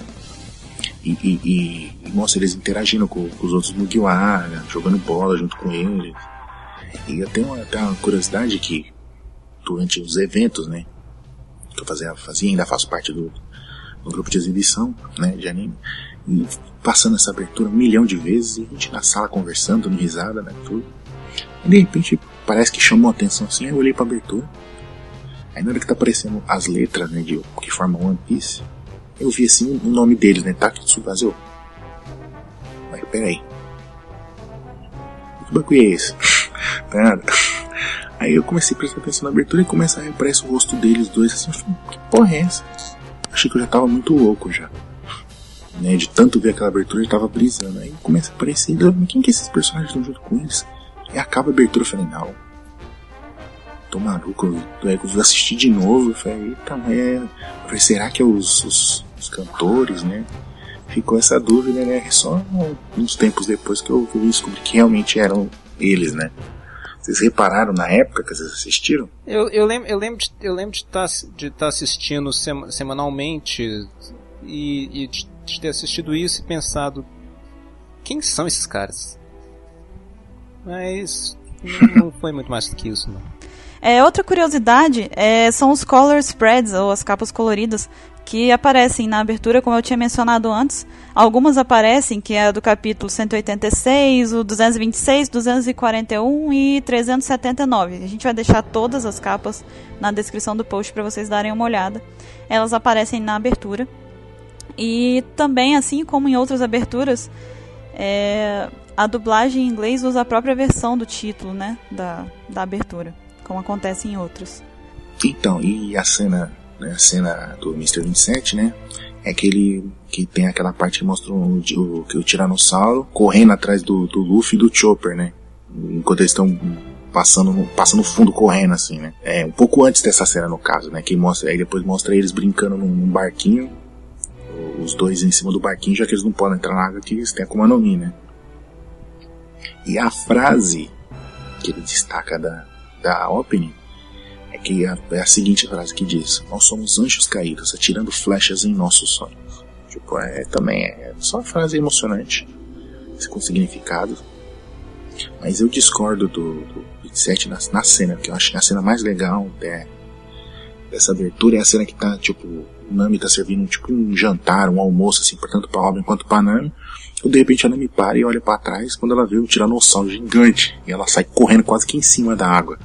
E mostra eles interagindo com os outros Mugiwara, jogando bola junto com eles. E eu tenho até uma curiosidade que durante os eventos, né, que eu fazia ainda faço parte do grupo de exibição, né, de anime, e passando essa abertura 1 milhão de vezes, e a gente na sala conversando, dando risada, né, tudo. E de repente parece que chamou a atenção assim, aí eu olhei pra abertura, aí na hora que tá aparecendo as letras, né, que formam One Piece, eu vi assim o nome deles, né, Takei Tsubasa. Mas peraí, que bagulho é esse? Nada. Aí eu comecei a prestar atenção na abertura e começa a aparecer o rosto deles dois assim, eu falei, que porra é essa? Achei que eu já tava muito louco já, né, de tanto ver aquela abertura eu tava brisando. Aí começa a aparecer, quem que esses personagens estão junto com eles? E acaba a abertura, eu falei, não, tô maluco. Aí eu assisti de novo, eu falei, eita, mas será que é os cantores, né? Ficou essa dúvida, né? Só uns tempos depois que eu descobri que realmente eram eles, né? Vocês repararam na época que vocês assistiram? Eu lembro de estar assistindo semanalmente e de ter assistido isso e pensado, quem são esses caras? Mas não foi muito mais do que isso, não. Outra curiosidade são os color spreads, ou as capas coloridas, que aparecem na abertura, como eu tinha mencionado antes. Algumas aparecem, que é a do capítulo 186, o 226, 241 e 379. A gente vai deixar todas as capas na descrição do post para vocês darem uma olhada. Elas aparecem na abertura. E também, assim como em outras aberturas, a dublagem em inglês usa a própria versão do título, né, da abertura, como acontece em outros. Então, e a cena do Mr. 27, né? É aquele que tem aquela parte que mostra o Tiranossauro correndo atrás do Luffy e do Chopper, né? Enquanto eles estão passando no fundo correndo, assim, né? Um pouco antes dessa cena, no caso, né? Que mostra, aí depois mostra eles brincando num barquinho, os dois em cima do barquinho, já que eles não podem entrar na água, que eles têm a Akuma no Mi, né? E a frase que ele destaca da opening é a seguinte frase que diz: nós somos anjos caídos atirando flechas em nossos sonhos. Tipo, também é só uma frase emocionante, com significado. Mas eu discordo do 27 na cena, porque eu acho que a cena mais legal dessa abertura é a cena que tá, tipo, o Nami tá servindo tipo um jantar, um almoço, assim, tanto pra Robin quanto pra Nami. E de repente a Nami para e olha pra trás quando ela vê um tiranossauro gigante. E ela sai correndo quase que em cima da água.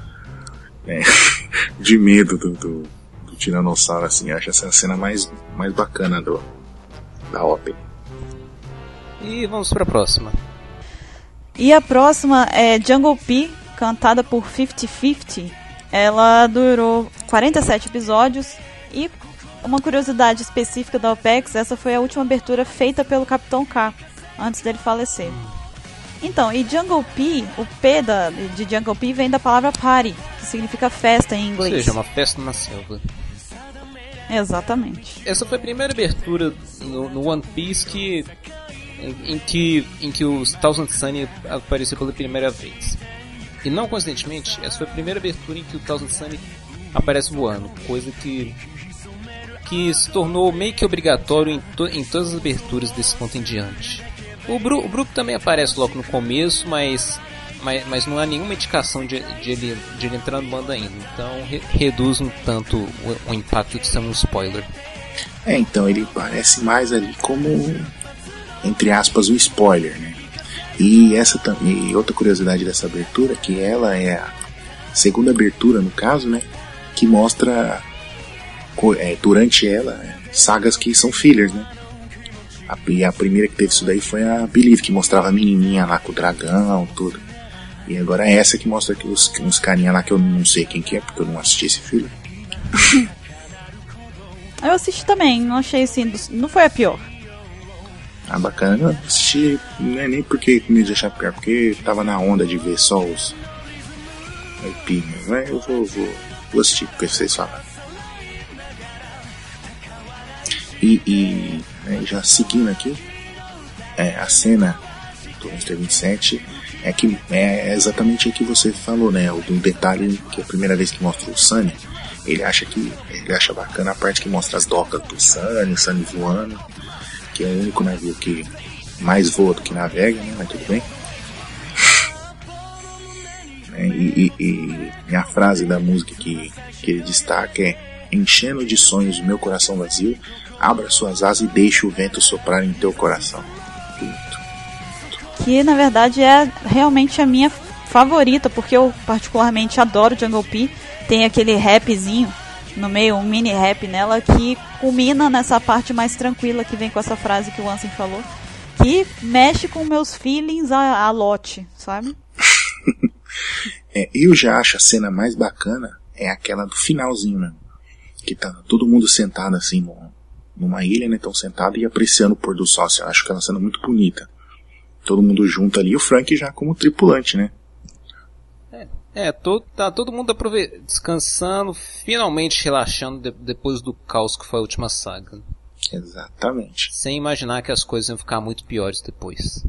De medo do tiranossauro, assim. Eu acho essa cena mais bacana da ópera. E vamos pra próxima. E a próxima é Jungle P, cantada por 50-50. Ela durou 47 episódios. E uma curiosidade específica da OPEX, essa foi a última abertura feita pelo Capitão K, antes dele falecer. Então, e Jungle P, o P de Jungle P vem da palavra party, que significa festa em inglês. Ou seja, uma festa na selva. Exatamente. Essa foi a primeira abertura no One Piece em que o Thousand Sunny apareceu pela primeira vez. E não coincidentemente, essa foi a primeira abertura em que o Thousand Sunny aparece voando, coisa que se tornou meio que obrigatório em todas as aberturas desse ponto em diante. O Brook também aparece logo no começo, mas não há nenhuma indicação de ele entrar no bando ainda. Então reduz um tanto o impacto de ser um spoiler. Então ele parece mais ali como, entre aspas, um spoiler, né? E outra curiosidade dessa abertura, que ela é a segunda abertura, no caso, né? Que mostra, durante ela, sagas que são fillers, né? E a primeira que teve isso daí foi a Believe, que mostrava a menininha lá com o dragão, tudo. E agora é essa que mostra que uns carinha lá que eu não sei quem que é, porque eu não assisti esse filme. Eu assisti também, não achei assim, não foi a pior. Bacana, eu assisti, não é nem porque me deixar pior, porque tava na onda de ver só os IP, mas eu vou assistir, porque vocês falaram. E já seguindo aqui, a cena do Mr. 27 é exatamente o que você falou, né? O detalhe que a primeira vez que mostra o Sunny, ele acha bacana a parte que mostra as docas do Sunny, o Sunny voando, que é o único navio que mais voa do que navega, né? Mas tudo bem. E a frase da música que ele destaca é: enchendo de sonhos o meu coração vazio, abra suas asas e deixe o vento soprar em teu coração. Que na verdade é realmente a minha favorita, porque eu particularmente adoro Jungle P. Tem aquele rapzinho no meio, um mini rap nela, que culmina nessa parte mais tranquila que vem com essa frase que o Ansem falou, que mexe com meus feelings a lote, sabe? Eu já acho a cena mais bacana é aquela do finalzinho, né? Que tá todo mundo sentado assim numa ilha, né? Tão sentado e apreciando o pôr do sol. Eu acho aquela cena muito bonita. Todo mundo junto ali, e o Frank já como tripulante, né? Tá todo mundo descansando, finalmente relaxando depois do caos que foi a última saga. Exatamente. Sem imaginar que as coisas iam ficar muito piores depois.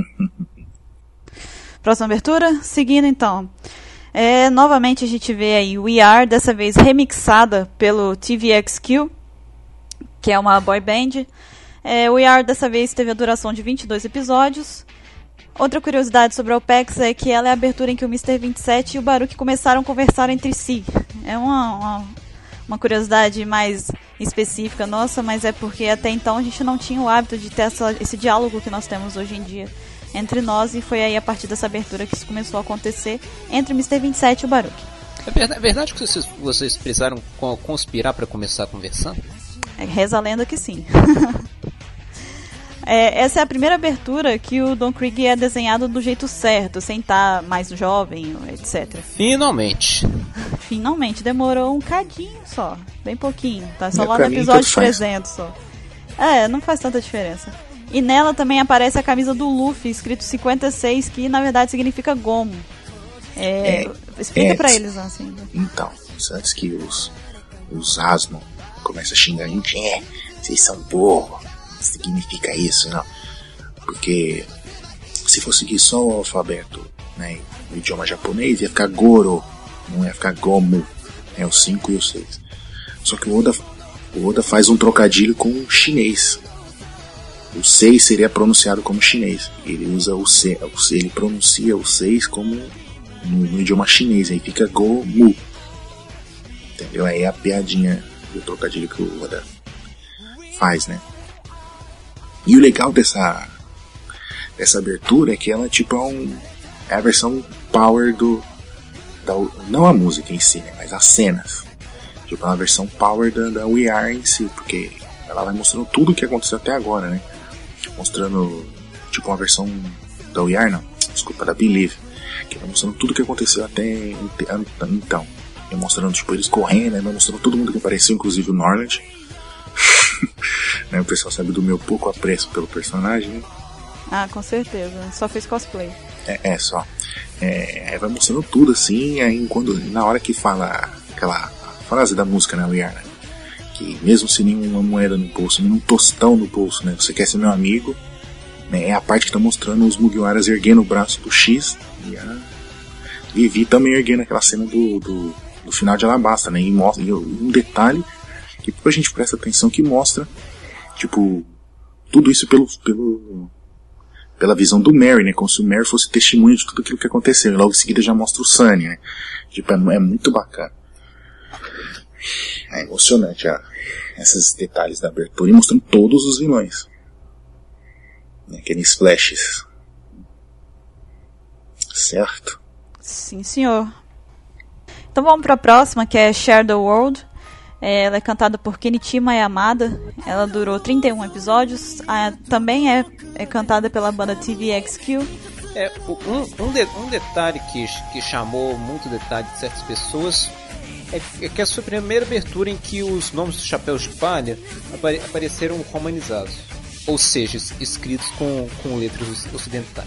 Próxima abertura, seguindo então. Novamente a gente vê aí We Are, dessa vez remixada pelo TVXQ, que é uma boy band. We Are dessa vez teve a duração de 22 episódios. Outra curiosidade sobre a OPEX é que ela é a abertura em que o Mr. 27 e o Baruch começaram a conversar entre si. É uma curiosidade mais específica nossa, mas é porque até então a gente não tinha o hábito de ter esse diálogo que nós temos hoje em dia entre nós, e foi aí a partir dessa abertura que isso começou a acontecer entre o Mr. 27 e o Baruch. É verdade que vocês precisaram conspirar para começar a conversar? Reza a lenda que sim. Essa é a primeira abertura que o Don Krieg é desenhado do jeito certo, sem estar mais jovem, etc. Finalmente. Demorou um cadinho só, bem pouquinho, tá só lá no episódio 300 só. Não faz tanta diferença. E nela também aparece a camisa do Luffy, escrito 56, que na verdade significa gomo. Explica pra eles assim. Então, antes que os Asmon começam a xingar a gente, vocês são burros, não significa isso, não. Porque se for seguir só o alfabeto, né, o idioma japonês, ia ficar Goro, não ia ficar Gomu, o 5 e o 6. Só que o Oda faz um trocadilho com o chinês. O 6 seria pronunciado como chinês. Ele usa ele pronuncia o 6 como no idioma chinês, aí fica Gomu. Entendeu? Aí é a piadinha do trocadilho que o Oda faz, né? E o legal dessa abertura é que ela tipo é a versão power não a música em si, né? Mas as cenas. Tipo, é uma versão power da We Are em si, porque ela vai mostrando tudo o que aconteceu até agora, né? Mostrando, tipo, uma versão da We Are, não, desculpa, da Believe, que vai mostrando tudo o que aconteceu até então. E mostrando, tipo, eles correndo, né? Mostrando todo mundo que apareceu, inclusive o Norland. Né? O pessoal sabe do meu pouco apreço pelo personagem, né? Com certeza, só fez cosplay. Só. Vai mostrando tudo assim, aí na hora que fala aquela frase da música, né, We Are, né? Que mesmo sem nenhuma moeda no bolso, nenhum tostão no bolso, né? Você quer ser meu amigo, né? É a parte que tá mostrando os Mugiwaras erguendo o braço do X e a Vivi também erguendo aquela cena do final de Alabasta, né? E mostra um detalhe que a gente presta atenção, que mostra, tipo, tudo isso pela visão do Mary, né? Como se o Mary fosse testemunha de tudo aquilo que aconteceu. E logo em seguida já mostra o Sunny, né? Tipo, é muito bacana. É emocionante esses detalhes da abertura, e mostrando todos os vilões, né? Aqueles flashes. Certo? Sim, senhor. Então vamos para a próxima, que é Share the World. Ela é cantada por Kenichima Yamada. Ela durou 31 episódios. Também é cantada pela banda TVXQ. Um detalhe que chamou muito detalhe de certas pessoas é que essa foi a primeira abertura em que os nomes dos chapéus de palha apareceram romanizados, ou seja, escritos com letras ocidentais.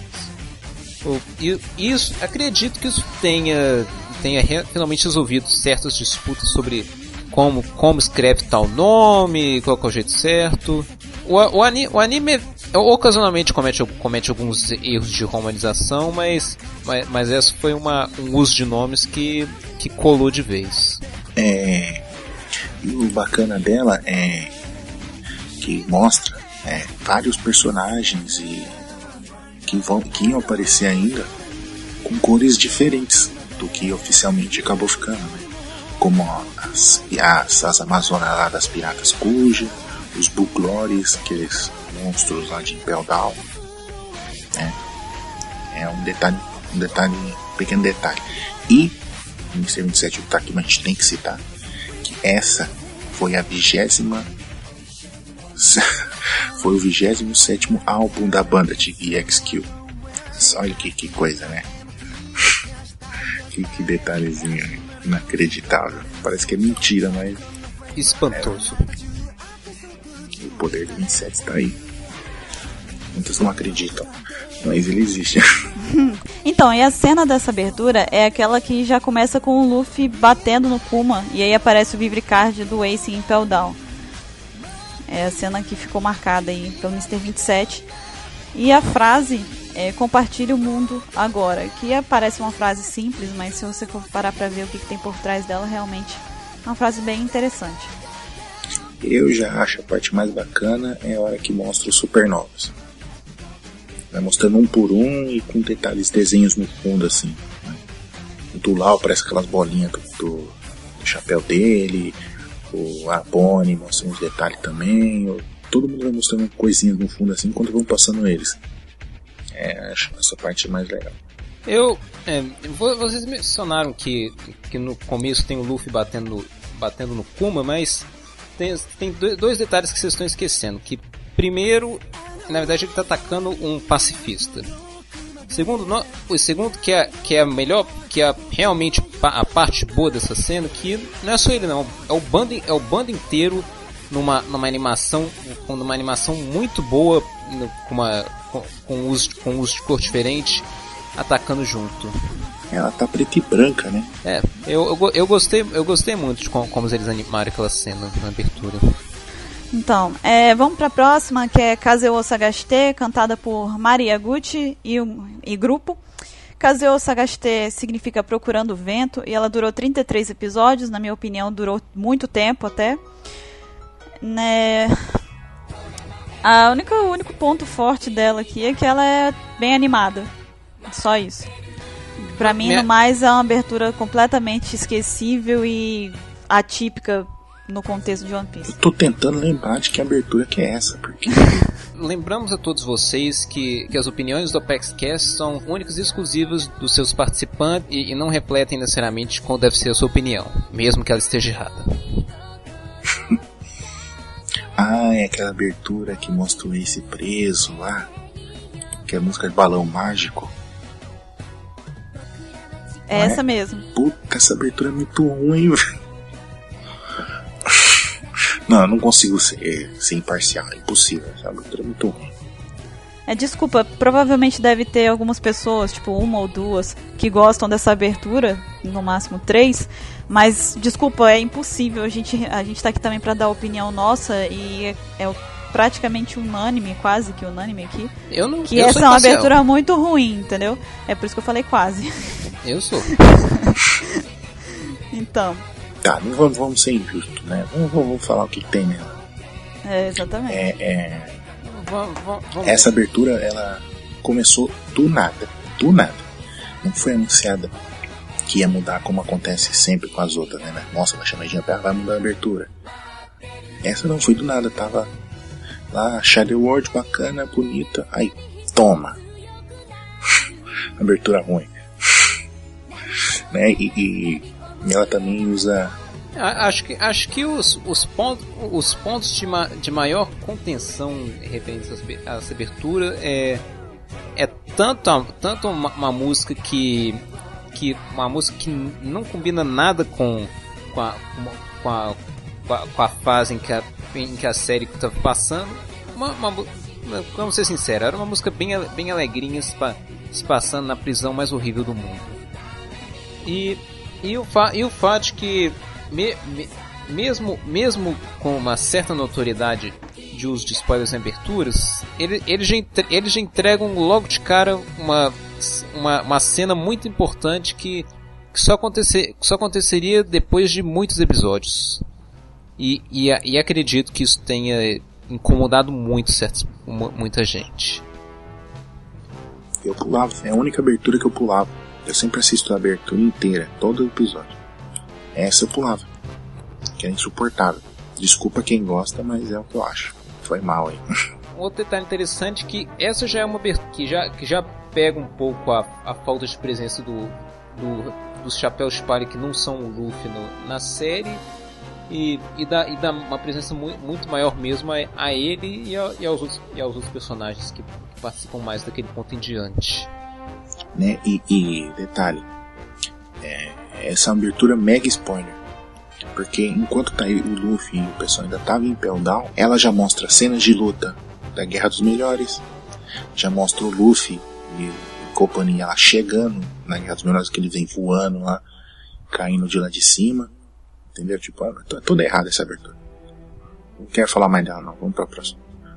Acredito que isso tenha finalmente resolvido certas disputas sobre como escreve tal nome, qual que é o jeito certo. O anime ocasionalmente comete alguns erros de romanização, mas essa foi um uso de nomes que colou de vez. E o bacana dela é que mostra vários personagens que iam aparecer ainda com cores diferentes do que oficialmente acabou ficando, né? Como as Amazonas lá das Piratas Kuja, os Buglores, aqueles monstros lá de Impel Down, né? É um pequeno detalhe. E o Mr. 27 tá aqui, mas a gente tem que citar que essa foi a 20ª foi o 27º álbum da banda TVXQ. Olha que coisa, né? que detalhezinho inacreditável. Parece que é mentira, mas espantoso. O poder do 27 está aí. Muitos não acreditam, mas ele existe. Então, e a cena dessa abertura é aquela que já começa com o Luffy batendo no Kuma, e aí aparece o Vivricard do Ace em Impel Down. É a cena que ficou marcada aí pelo Mr. 27. E a frase é: compartilhe o mundo agora, que parece uma frase simples, mas se você for parar pra ver o que tem por trás dela, realmente é uma frase bem interessante. Eu já acho a parte mais bacana é a hora que mostra os supernovas. Vai mostrando um por um e com detalhes, desenhos no fundo, assim. Né? O do Lau parece aquelas bolinhas do chapéu dele. O Bonnie mostra uns detalhes também. Todo mundo vai mostrando coisinhas no fundo, assim, enquanto vão passando eles. Acho essa parte mais legal. Vocês mencionaram que no começo tem o Luffy batendo no Kuma, mas tem dois detalhes que vocês estão esquecendo. Que primeiro, na verdade, ele está atacando um pacifista. Segundo, que é a melhor, que é realmente a parte boa dessa cena, que não é só ele não, é o bando inteiro numa animação muito boa, com uso de cor diferente, atacando junto. Ela tá preta e branca, né? Eu gostei muito de como eles animaram aquela cena na abertura. Então, vamos pra próxima, que é Kazeo Sagashite, cantada por Mari Yaguchi e grupo. Kazeo Sagashite significa Procurando o Vento, e ela durou 33 episódios, na minha opinião durou muito tempo até. Né? O único ponto forte dela aqui é que ela é bem animada. Só isso. Pra mim, no mais, é uma abertura completamente esquecível e atípica no contexto de One Piece. Eu tô tentando lembrar de que abertura que é essa, porque... Lembramos a todos vocês que as opiniões do ApexCast são únicas e exclusivas dos seus participantes e não refletem necessariamente qual deve ser a sua opinião, mesmo que ela esteja errada. É aquela abertura que mostra o Ace preso lá, que é a música de Balão Mágico. É essa mesmo. Puta, essa abertura é muito ruim, velho. Não, eu não consigo ser imparcial, é impossível. Essa abertura é muito ruim. Desculpa, provavelmente deve ter algumas pessoas, tipo uma ou duas, que gostam dessa abertura, no máximo 3, mas desculpa, é impossível. A gente tá aqui também pra dar a opinião nossa e é praticamente unânime, quase que unânime aqui, que essa é uma abertura muito ruim, entendeu? É por isso que eu falei quase. Eu sou. Então. Tá, não vamos ser injustos, né? Vamos falar o que tem nela. Exatamente. Essa abertura, ela começou do nada. Não foi anunciada que ia mudar, como acontece sempre com as outras, né? Nossa, vai chamar de vai mudar a abertura. Essa não foi do nada, tava lá, Shadow World, bacana, bonita. Aí, toma. Abertura ruim. Né? E ela também usa... Acho que os pontos de maior contenção referentes a essa abertura é tanto uma música que não combina nada com a fase em que a série está passando. Vamos ser sinceros, era uma música bem alegrinha se passando na prisão mais horrível do mundo. E o fato de que mesmo com uma certa notoriedade de uso de spoilers em aberturas, eles já entregam logo de cara uma cena muito importante que só aconteceria depois de muitos episódios. E acredito que isso tenha incomodado muita gente. Eu pulava, é a única abertura que eu pulava. Eu sempre assisto a abertura inteira, todo episódio. Essa eu pulava, que é insuportável. Desculpa quem gosta, mas é o que eu acho. Foi mal aí. Um outro detalhe interessante é que essa já é uma abertura que já pega um pouco a falta de presença dos chapéus de palha que não são o Luffy na série e dá uma presença muito maior mesmo a ele e aos outros personagens que participam mais daquele ponto em diante. Né? E detalhe, essa abertura mega spoiler, porque enquanto tá aí o Luffy e o pessoal ainda tava em Impel Down, ela já mostra cenas de luta da Guerra dos Melhores, já mostra o Luffy e companhia lá chegando na Guerra dos Melhores, que eles vêm voando lá, caindo de lá de cima, entendeu? Tipo, é toda errada essa abertura. Não quero falar mais dela não, vamos pra próxima.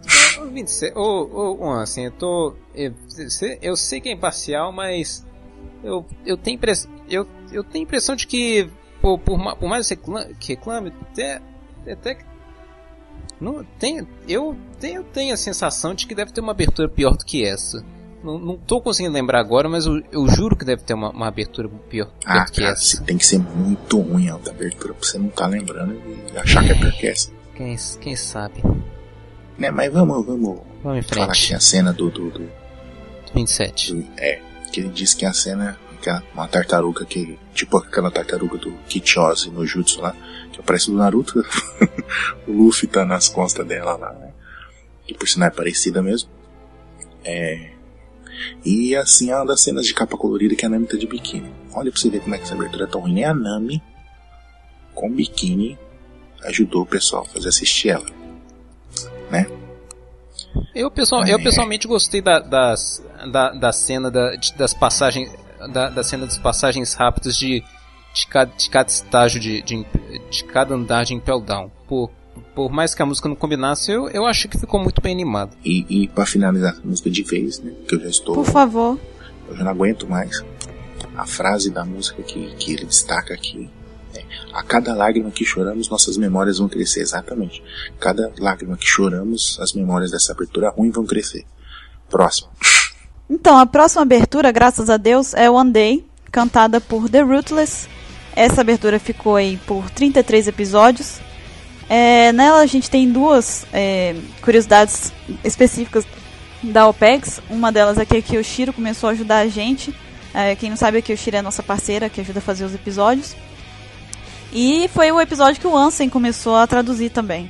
Assim, eu sei que é imparcial, mas eu tenho impressão de que por mais que reclame, até que não tem, eu tenho a sensação de que deve ter uma abertura pior do que essa. Não tô conseguindo lembrar agora, mas eu juro que deve ter uma abertura pior que essa. Tem que ser muito ruim a abertura pra você não tá lembrando e achar que é pior que essa. Quem sabe? Né, mas vamos em frente. Falar que a cena do 27. Que ele diz que a cena que é uma tartaruga que, tipo aquela tartaruga do Kichose no Jutsu lá, que aparece do Naruto. O Luffy tá nas costas dela lá, né? Que por sinal é parecida mesmo. E assim é uma das cenas de capa colorida que a Nami tá de biquíni. Olha pra você ver como é que essa abertura é tão ruim. Nem a Nami com biquíni ajudou o pessoal a fazer assistir ela, né? Eu pessoalmente gostei da cena das passagens, da cena das passagens rápidas de cada estágio de cada andar de Impel Down. Por mais que a música não combinasse, eu acho que ficou muito bem animado. E pra finalizar a música de vez, né? Que eu já estou. Por favor. Eu já não aguento mais. A frase da música que ele destaca aqui. A cada lágrima que choramos, nossas memórias vão crescer. Exatamente. Cada lágrima que choramos, as memórias dessa abertura ruim vão crescer. Próximo. Então, a próxima abertura, graças a Deus, é One Day, cantada por The Ruthless. Essa abertura ficou aí por 33 episódios. Nela a gente tem duas curiosidades específicas da OPEX. Uma delas é que a Kyoshiro começou a ajudar a gente. Quem não sabe, a Kyoshiro é a nossa parceira que ajuda a fazer os episódios. E foi o episódio que o Ansem começou a traduzir também.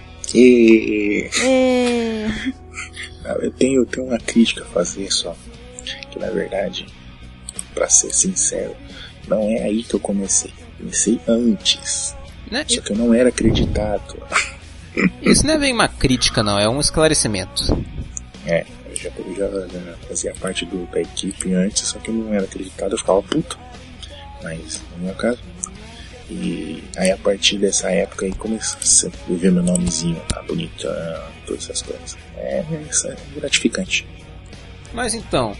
Eu tenho uma crítica a fazer só. Que na verdade, pra ser sincero, não é aí que eu comecei. Comecei antes. Só que eu não era acreditado. Isso não é bem uma crítica, não. É um esclarecimento. Eu já fazia parte da equipe antes, só que eu não era acreditado. Eu ficava puto. Mas, no meu caso... E aí a partir dessa época aí comecei a ver meu nomezinho tá bonitão, todas essas coisas. Isso é gratificante. Mas então,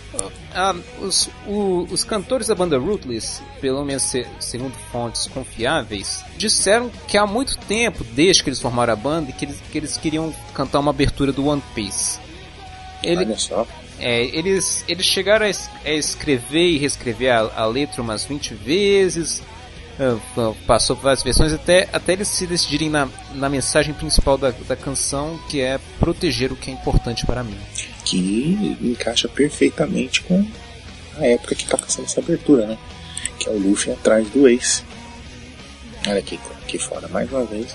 os cantores da banda Ruthless, pelo menos segundo fontes confiáveis, disseram que há muito tempo, desde que eles formaram a banda, que eles queriam cantar uma abertura do One Piece. Olha só. Eles chegaram a escrever e reescrever a letra umas 20 vezes. Passou por várias versões até eles se decidirem na mensagem principal da canção, que é proteger o que é importante para mim, que encaixa perfeitamente com a época que está passando essa abertura, né? Que é o Luffy atrás do Ace. Olha aqui fora mais uma vez,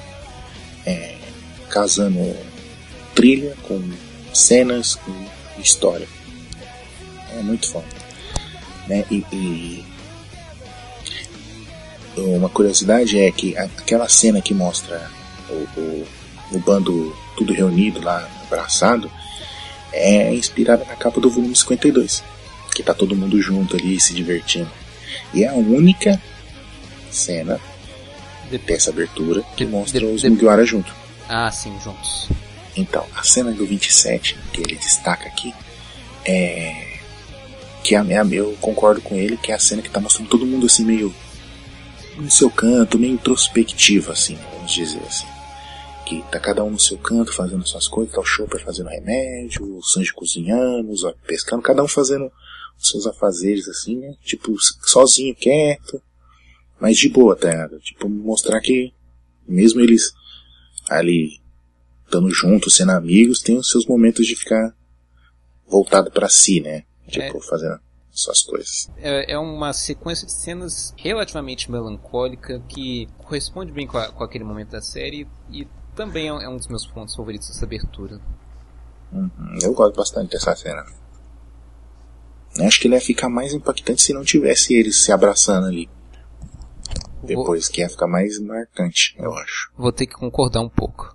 casando trilha com cenas, com história. É muito foda, né? E uma curiosidade é que aquela cena que mostra o bando tudo reunido lá, abraçado, é inspirada na capa do volume 52, que tá todo mundo junto ali se divertindo. E é a única cena dessa abertura que mostra os Mugiwara juntos. Ah, sim, juntos. Então, a cena do 27 que ele destaca aqui que eu concordo com ele, que é a cena que tá mostrando todo mundo assim meio no seu canto, meio introspectivo, assim, vamos dizer assim. Que tá cada um no seu canto fazendo suas coisas, tá o Chopper fazendo remédio, o Sanji cozinhando, o Zoro pescando, cada um fazendo os seus afazeres, assim, né? Tipo, sozinho, quieto, mas de boa, tá? Tipo, mostrar que mesmo eles ali estando juntos, sendo amigos, tem os seus momentos de ficar voltado pra si, né? Tipo, fazendo suas coisas. É uma sequência de cenas relativamente melancólica que corresponde bem com aquele momento da série e também é um dos meus pontos favoritos dessa abertura. Eu gosto bastante dessa cena. Eu acho que ele ia ficar mais impactante se não tivesse eles se abraçando ali. Depois que ia ficar mais marcante, eu acho. Vou ter que concordar um pouco.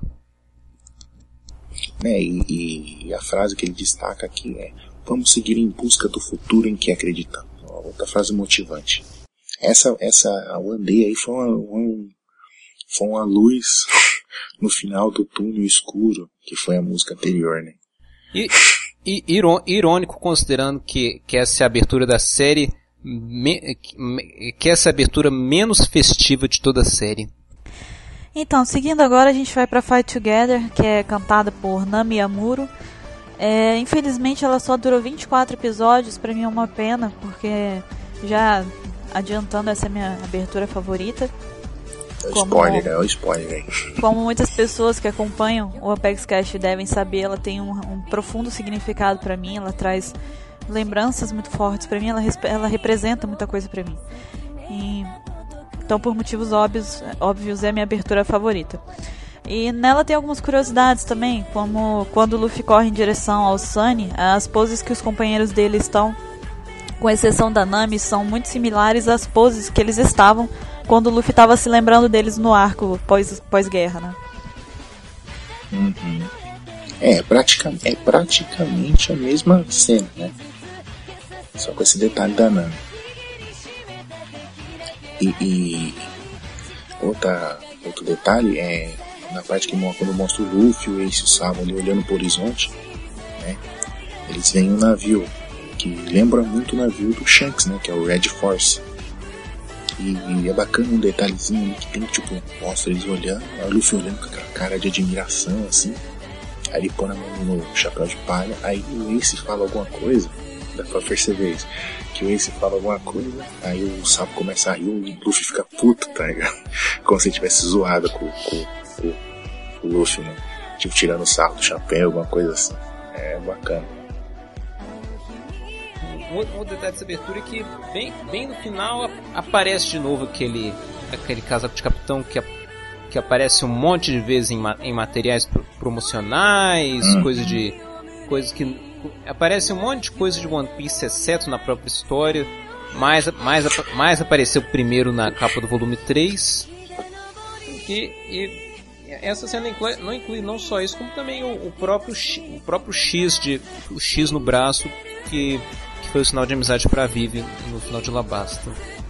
E a frase que ele destaca aqui é: vamos seguir em busca do futuro em que acreditamos. Outra frase motivante. Essa One Day aí foi uma luz no final do túnel escuro, que foi a música anterior, né? E irônico, considerando que essa é a abertura da série, que essa é a abertura menos festiva de toda a série. Então, seguindo agora, a gente vai pra Fight Together, que é cantada por Nami Amuro. Infelizmente ela só durou 24 episódios, pra mim é uma pena, porque já adiantando, essa é a minha abertura favorita. É o spoiler aí. Como muitas pessoas que acompanham o Apex Cash devem saber, ela tem um profundo significado pra mim, ela traz lembranças muito fortes pra mim, ela representa muita coisa pra mim. Então, por motivos óbvios, é a minha abertura favorita. E nela tem algumas curiosidades também, como quando o Luffy corre em direção ao Sunny, as poses que os companheiros dele estão, com exceção da Nami, são muito similares às poses que eles estavam quando o Luffy estava se lembrando deles no arco pós-guerra, né? Uhum. É praticamente a mesma cena, né? Só com esse detalhe da Nami. E outro detalhe é na parte que quando mostra o Luffy, o Ace e o Sabo ali olhando pro horizonte, né? Eles veem um navio que lembra muito o navio do Shanks, né? Que é o Red Force. E é bacana um detalhezinho ali que tem, tipo, mostra eles olhando, o Luffy olhando com aquela cara de admiração, assim. Aí ele põe a mão no chapéu de palha, aí o Ace fala alguma coisa, dá pra perceber isso, que o Ace fala alguma coisa, aí o Sabo começa a rir, o Luffy fica puto, tá ligado? Como se ele tivesse zoado com o Luffy, né? Tipo, tirando o sarro do chapéu, alguma coisa assim. É bacana. Um outro detalhe dessa abertura é que bem no final aparece de novo aquele casaco de capitão que aparece um monte de vezes em materiais promocionais, coisas que aparece um monte de coisa de One Piece, exceto na própria história. Mais apareceu primeiro na capa do volume 3. E essa cena não inclui não só isso, como também o próprio X no braço que foi o sinal de amizade para Vivi no final de Alabasta.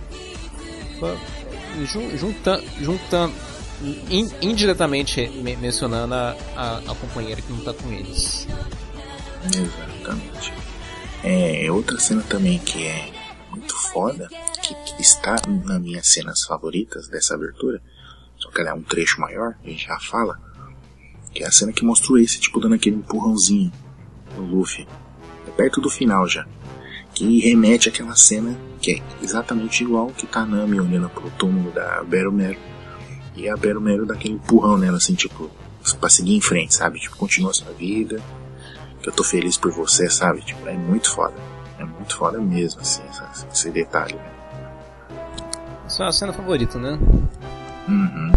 Juntando indiretamente mencionando a companheira que não tá com eles. Exatamente. Outra cena também que é muito foda, que está nas minhas cenas favoritas dessa abertura, só que ela é um trecho maior, a gente já fala, que é a cena que mostrou esse tipo dando aquele empurrãozinho no Luffy, perto do final já, que remete àquela cena que é exatamente igual que tá a Nami olhando pro túmulo da Beru-Meru, e a Beru-Meru dá aquele empurrão nela, assim, tipo, pra seguir em frente, sabe? Tipo, continua a sua vida, que eu tô feliz por você, sabe? Tipo, é muito foda mesmo, assim, esse detalhe, né? Isso é uma cena favorita, né? Uhum.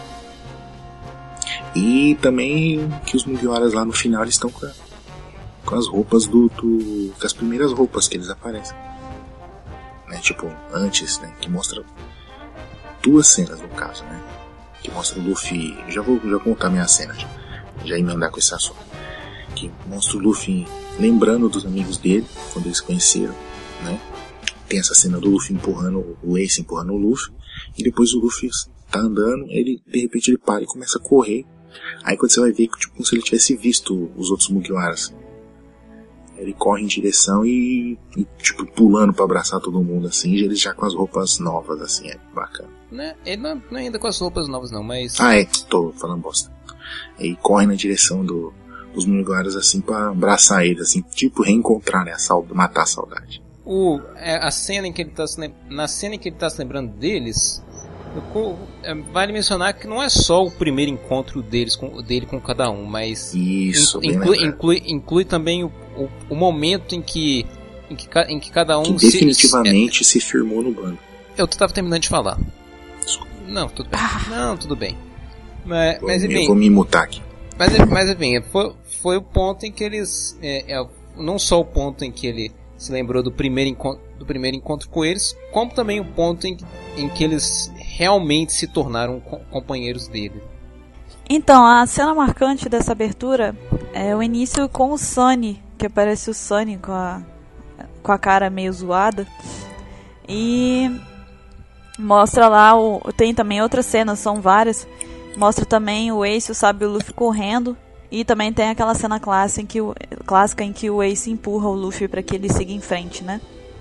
E também que os Mugiwaras lá no final eles estão com as roupas com as primeiras roupas que eles aparecem, né? Tipo, antes, né? Que mostra duas cenas no caso, né? Que mostra o Luffy. Já vou contar minha cena, já emendar com esse assunto. Que mostra o Luffy lembrando dos amigos dele quando eles se conheceram, né? Tem essa cena do Luffy empurrando o Ace, empurrando o Luffy, e depois o Luffy tá andando, de repente ele para e começa a correr. Aí quando você vai ver, tipo, como se ele tivesse visto os outros Mugiwaras, ele corre em direção e tipo, pulando pra abraçar todo mundo, assim, e eles já com as roupas novas, assim, é bacana. Ele não é ainda com as roupas novas não, mas... Tô falando bosta. E corre na direção dos Mugiwaras, assim, pra abraçar eles, assim, tipo, reencontrar, né, matar a saudade. A cena em que ele tá na cena em que ele tá se lembrando deles, vale mencionar que não é só o primeiro encontro dele com cada um, mas isso, inclui também o momento em que cada um que definitivamente se firmou no bando. Eu tava terminando de falar. Desculpa. Não, tudo bem. Não, tudo bem. Mas enfim, eu vou me mutar aqui. Mas enfim, foi o ponto em que eles não só o ponto em que ele se lembrou do primeiro encontro com eles, como também o ponto em que eles realmente se tornaram companheiros dele. Então, a cena marcante dessa abertura é o início com o Sunny, que aparece o Sunny com a cara meio zoada, e mostra lá, tem também outras cenas, são várias, mostra também o Ace, o Sabo e o Luffy correndo. E também tem aquela cena clássica em que o Ace empurra o Luffy para que ele siga em frente, né?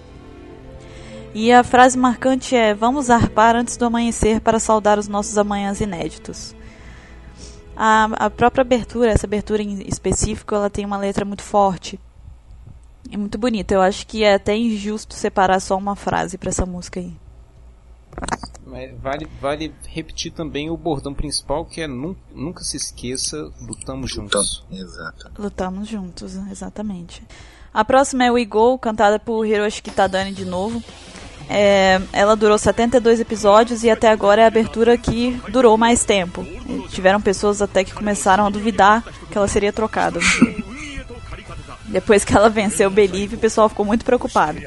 E a frase marcante é: vamos zarpar antes do amanhecer para saudar os nossos amanhãs inéditos. a própria abertura, essa abertura em específico, ela tem uma letra muito forte e muito bonita. Eu acho que é até injusto separar só uma frase para essa música aí. Mas vale repetir também o bordão principal, que é nunca se esqueça, lutamos juntos. Exato. Lutamos juntos, exatamente. A próxima é We Go, cantada por Hiroshi Kitadani de novo. Ela durou 72 episódios e até agora é a abertura que durou mais tempo. E tiveram pessoas até que começaram a duvidar que ela seria trocada. Depois que ela venceu o Believe, o pessoal ficou muito preocupado.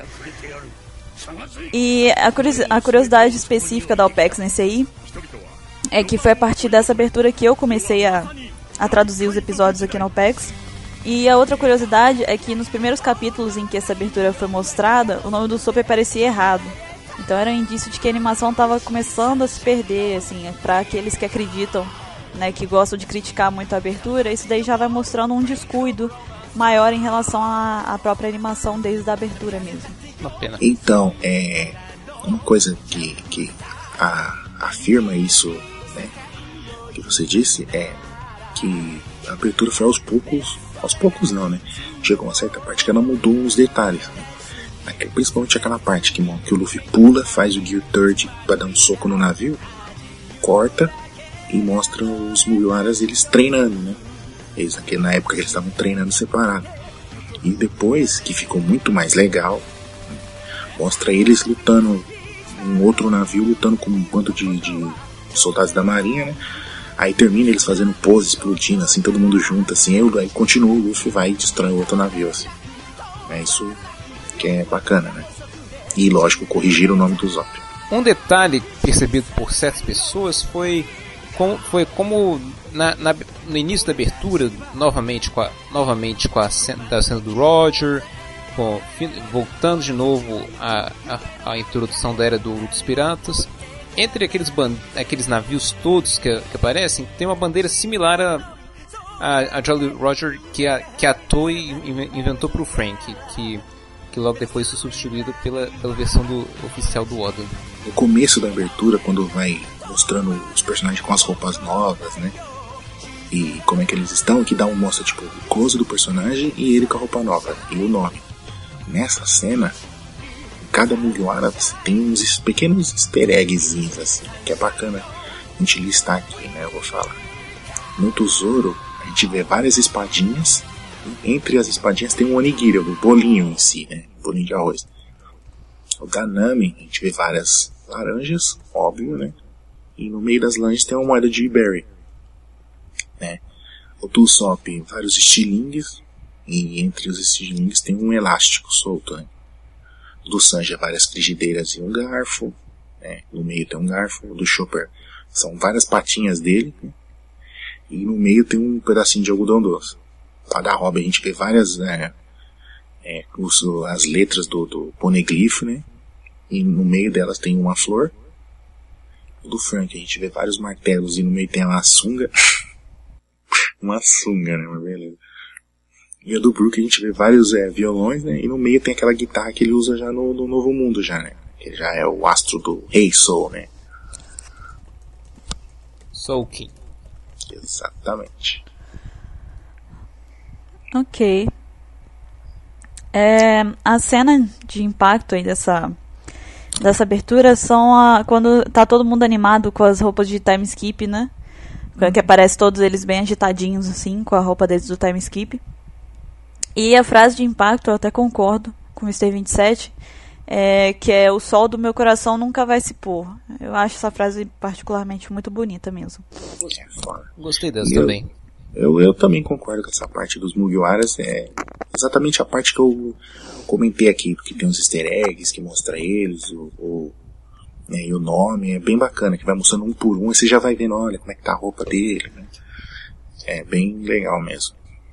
E a curiosidade específica da OPEX nesse aí é que foi a partir dessa abertura que eu comecei a traduzir os episódios aqui na OPEX. E a outra curiosidade é que nos primeiros capítulos em que essa abertura foi mostrada, o nome do Soap aparecia errado. Então era um indício de que a animação estava começando a se perder, assim, para aqueles que acreditam, né, que gostam de criticar muito a abertura, isso daí já vai mostrando um descuido maior em relação à própria animação desde a abertura mesmo. Uma pena. Então, uma coisa que afirma isso, né, que você disse, é que a abertura foi aos poucos não, né? Chegou uma certa parte que ela mudou uns detalhes, né? Principalmente aquela parte que o Luffy pula, faz o Gear Third pra dar um soco no navio, corta e mostra os Mugiwaras eles treinando, né? Na época eles estavam treinando separado. E depois, que ficou muito mais legal, mostra eles lutando, um outro navio lutando com um bando de soldados da marinha, né? Aí termina eles fazendo pose, explodindo, assim, todo mundo junto, assim, aí continua, o Luffy vai e destrói o outro navio, assim. É isso que é bacana, né? E, lógico, corrigir o nome do Zop. Um detalhe percebido por certas pessoas foi como no início da abertura, novamente com a cena do Roger, voltando de novo a introdução da era dos piratas. Entre aqueles navios todos que aparecem, tem uma bandeira similar a Jolly Roger que a Toei inventou para o Frank, que logo depois foi substituída pela versão oficial do Oda. No começo da abertura, quando vai mostrando os personagens com as roupas novas, né? E como é que eles estão, que mostra tipo o close do personagem e ele com a roupa nova e o nome. Nessa cena, cada Mugiwara tem uns pequenos easter eggzinhos, assim, que é bacana a gente listar aqui, né? Eu vou falar. No Tesouro, a gente vê várias espadinhas. E entre as espadinhas tem um onigiri, o bolinho em si, né? Bolinho de arroz. O da Nami, a gente vê várias laranjas, óbvio, né? E no meio das laranjas tem uma moeda de berry, né? O do Usopp, vários estilingues. E entre os estilingues tem um elástico solto, né? Do Sanji, várias frigideiras e um garfo, né? No meio tem um garfo. O do Chopper são várias patinhas dele, né? E no meio tem um pedacinho de algodão doce. A da Robin a gente vê várias, né, as letras do poneglyph, né? E no meio delas tem uma flor. O do Frank a gente vê vários martelos e no meio tem uma sunga. Uma sunga, né? Mas beleza. E a do Brook a gente vê vários violões, né? E no meio tem aquela guitarra que ele usa já no Novo Mundo, já, né? Que já é o astro do Rei Soul, né? Soul King. Exatamente. Ok. A cena de impacto aí dessa abertura são quando tá todo mundo animado com as roupas de time skip, né? Que aparece todos eles bem agitadinhos assim, com a roupa deles do time skip. E a frase de impacto, eu até concordo com o Mr. 27, que é: o sol do meu coração nunca vai se pôr. Eu acho essa frase particularmente muito bonita mesmo. Gostei dessa também. Eu também concordo com essa parte dos Mugiwaras. É exatamente a parte que eu comentei aqui, porque tem uns easter eggs que mostra eles, e o nome é bem bacana, que vai mostrando um por um, e você já vai vendo, olha, como é que tá a roupa dele, né? É bem legal mesmo.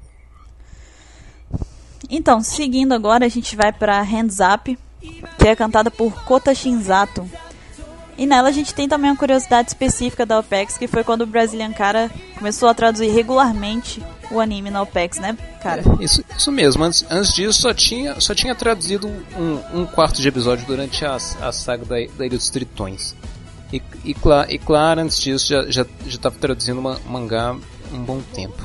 Então, seguindo agora, a gente vai pra Hands Up, que é cantada por Kota Shinzato. E nela a gente tem também uma curiosidade específica da OPEX, que foi quando o Brazilian Cara começou a traduzir regularmente o anime na OPEX, né, cara? Isso mesmo. Antes disso só tinha traduzido um quarto de episódio durante a saga da Ilha dos Tritões. E claro, antes disso já estava traduzindo mangá um bom tempo.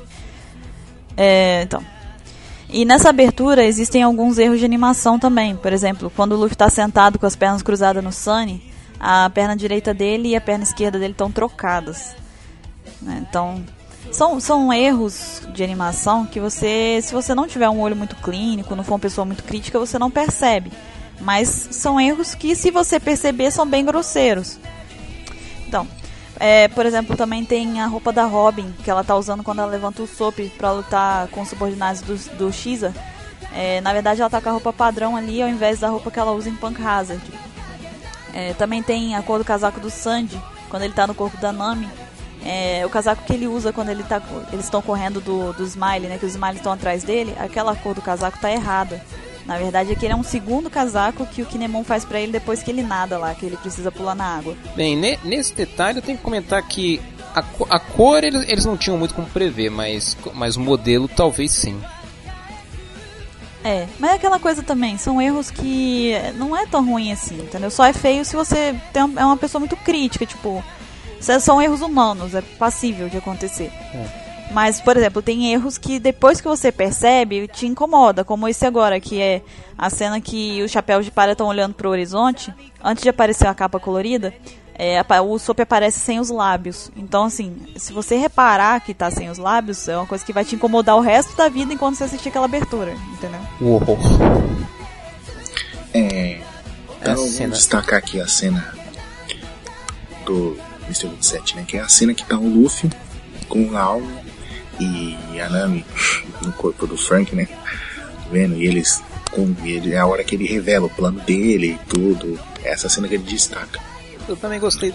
Então. E nessa abertura existem alguns erros de animação também. Por exemplo, quando o Luffy está sentado com as pernas cruzadas no Sunny, a perna direita dele e a perna esquerda dele estão trocadas. Então, são erros de animação que você, se você não tiver um olho muito clínico, não for uma pessoa muito crítica, você não percebe. Mas são erros que, se você perceber, são bem grosseiros. Então, por exemplo, também tem a roupa da Robin, que ela tá usando quando ela levanta o Soap pra lutar com os subordinados do Caesar. Na verdade, ela tá com a roupa padrão ali, ao invés da roupa que ela usa em Punk Hazard. Também tem a cor do casaco do Sandy, quando ele tá no corpo da Nami. O casaco que ele usa quando eles estão correndo do Smiley, né, que os Smiley estão atrás dele, aquela cor do casaco tá errada. Na verdade, aquele é um segundo casaco que o Kinemon faz pra ele depois que ele nada lá, que ele precisa pular na água. Bem, nesse detalhe eu tenho que comentar que a cor eles não tinham muito como prever, mas o modelo talvez sim. Mas é aquela coisa também, são erros que não é tão ruim assim, entendeu? Só é feio se você é uma pessoa muito crítica, tipo, são erros humanos, é passível de acontecer. Mas, por exemplo, tem erros que depois que você percebe, te incomoda, como esse agora, que é a cena que os chapéus de palha estão olhando pro horizonte, antes de aparecer a capa colorida, o Soap aparece sem os lábios. Então, assim, se você reparar que tá sem os lábios, é uma coisa que vai te incomodar o resto da vida enquanto você assistir aquela abertura, entendeu? Então, vamos destacar aqui a cena do Mr. 27, né? Que é a cena que tá o Luffy com o Lau e a Nami no corpo do Frank, né? Vendo? E ele, é a hora que ele revela o plano dele e tudo. É essa cena que ele destaca. Eu também gostei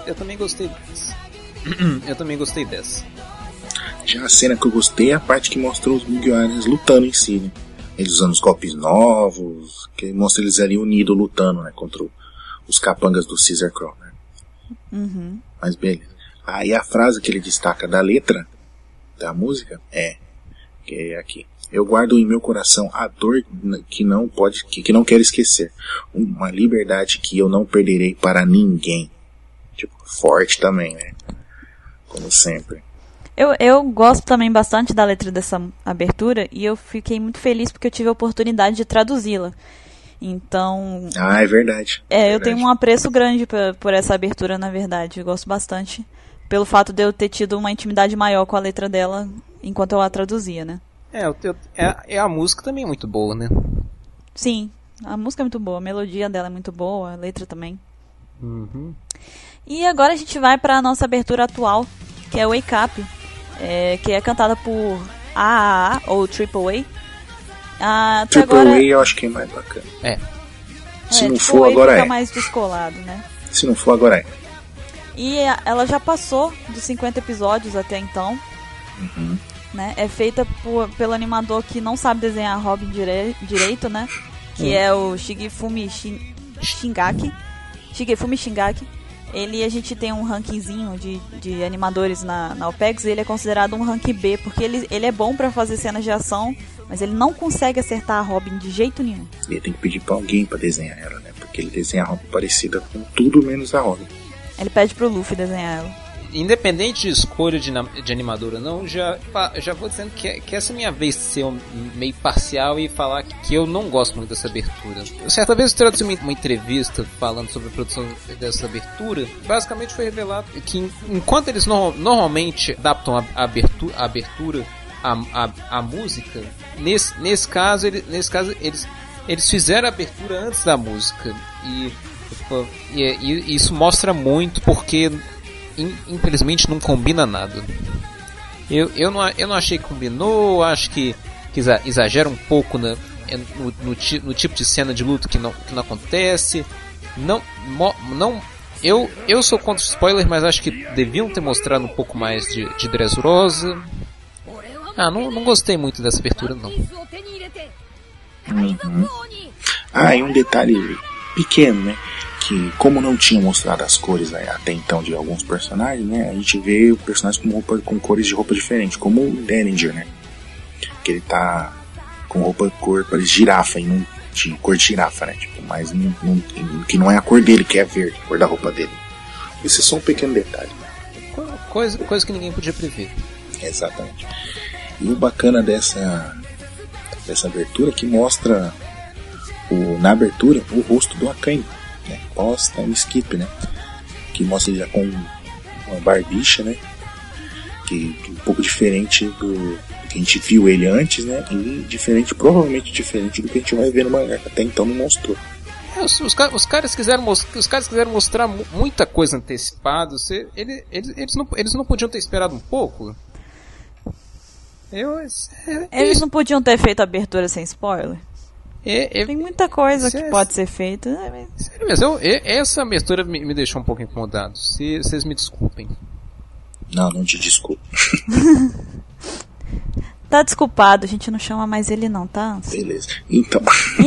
dessa. Já a cena que eu gostei é a parte que mostrou os Mugiwaras lutando em si, né? Eles usando os golpes novos, que mostra eles ali unidos lutando, né? Contra os capangas do Caesar Crow, né? Uhum. Mas beleza. Aí a frase que ele destaca da letra da música que é aqui: eu guardo em meu coração a dor que não quero esquecer, uma liberdade que eu não perderei para ninguém. Tipo, forte também, né? Como sempre. Eu gosto também bastante da letra dessa abertura e eu fiquei muito feliz porque eu tive a oportunidade de traduzi-la. Então... é verdade. Eu tenho um apreço grande por essa abertura, na verdade. Eu gosto bastante pelo fato de eu ter tido uma intimidade maior com a letra dela enquanto eu a traduzia, né? A música também é muito boa, né? Sim, a música é muito boa, a melodia dela é muito boa, a letra também. Uhum. E agora a gente vai para a nossa abertura atual, que é Wake Up, que é cantada por AAA ou Triple A. Triple A eu acho que é mais bacana. Se não for, agora fica mais descolado, né? Se não for, agora é. E ela já passou dos 50 episódios até então. Uhum. Né? É feita pelo animador que não sabe desenhar Robin direito, né? Que é o Shigefumi Shingaki. A gente tem um rankingzinho de animadores na OPEX e ele é considerado um rank B, porque ele é bom pra fazer cenas de ação, mas ele não consegue acertar a Robin de jeito nenhum. Ele tem que pedir pra alguém pra desenhar ela, né? Porque ele desenha a Robin parecida com tudo menos a Robin. Ele pede pro Luffy desenhar ela. Independente de escolha de animador ou não, já vou dizendo que essa é a minha vez de ser meio parcial e falar que eu não gosto muito dessa abertura. Certa vez eu traduzi uma entrevista falando sobre a produção dessa abertura. Basicamente foi revelado que enquanto eles normalmente adaptam a abertura à música, nesse caso eles fizeram a abertura antes da música. E isso mostra muito porque infelizmente não combina nada. Eu não achei que combinou, acho que exagera um pouco no tipo de cena de luta que não acontece. Eu sou contra o spoiler, mas acho que deviam ter mostrado um pouco mais de Dressrosa. Não gostei muito dessa abertura, não. Uhum. E um detalhe pequeno, né? Que como não tinha mostrado as cores até então de alguns personagens, né? A gente vê o personagem com cores de roupa diferentes, como o Derringer, né? Que ele tá com cor de girafa e não de cor de girafa, né? Tipo, mas que não é a cor dele, que é verde, a cor da roupa dele. Esse é só um pequeno detalhe. Coisa que ninguém podia prever. Exatamente. E o bacana dessa abertura é que mostra na abertura o rosto do Akainu, né? Pós time skip, né? Que mostra ele já com uma barbicha, né? Que um pouco diferente do que a gente viu ele antes, né? E provavelmente diferente do que a gente vai ver no mangá, que até então não mostrou. Os caras quiseram mostrar muita coisa antecipada. Eles não podiam ter esperado um pouco? Eles não podiam ter feito a abertura sem spoiler? Tem muita coisa que pode ser feita. Sério mesmo, essa abertura me deixou um pouco incomodado. Vocês me desculpem. Não te desculpo. Tá desculpado, a gente não chama mais ele não, tá? Beleza. Então.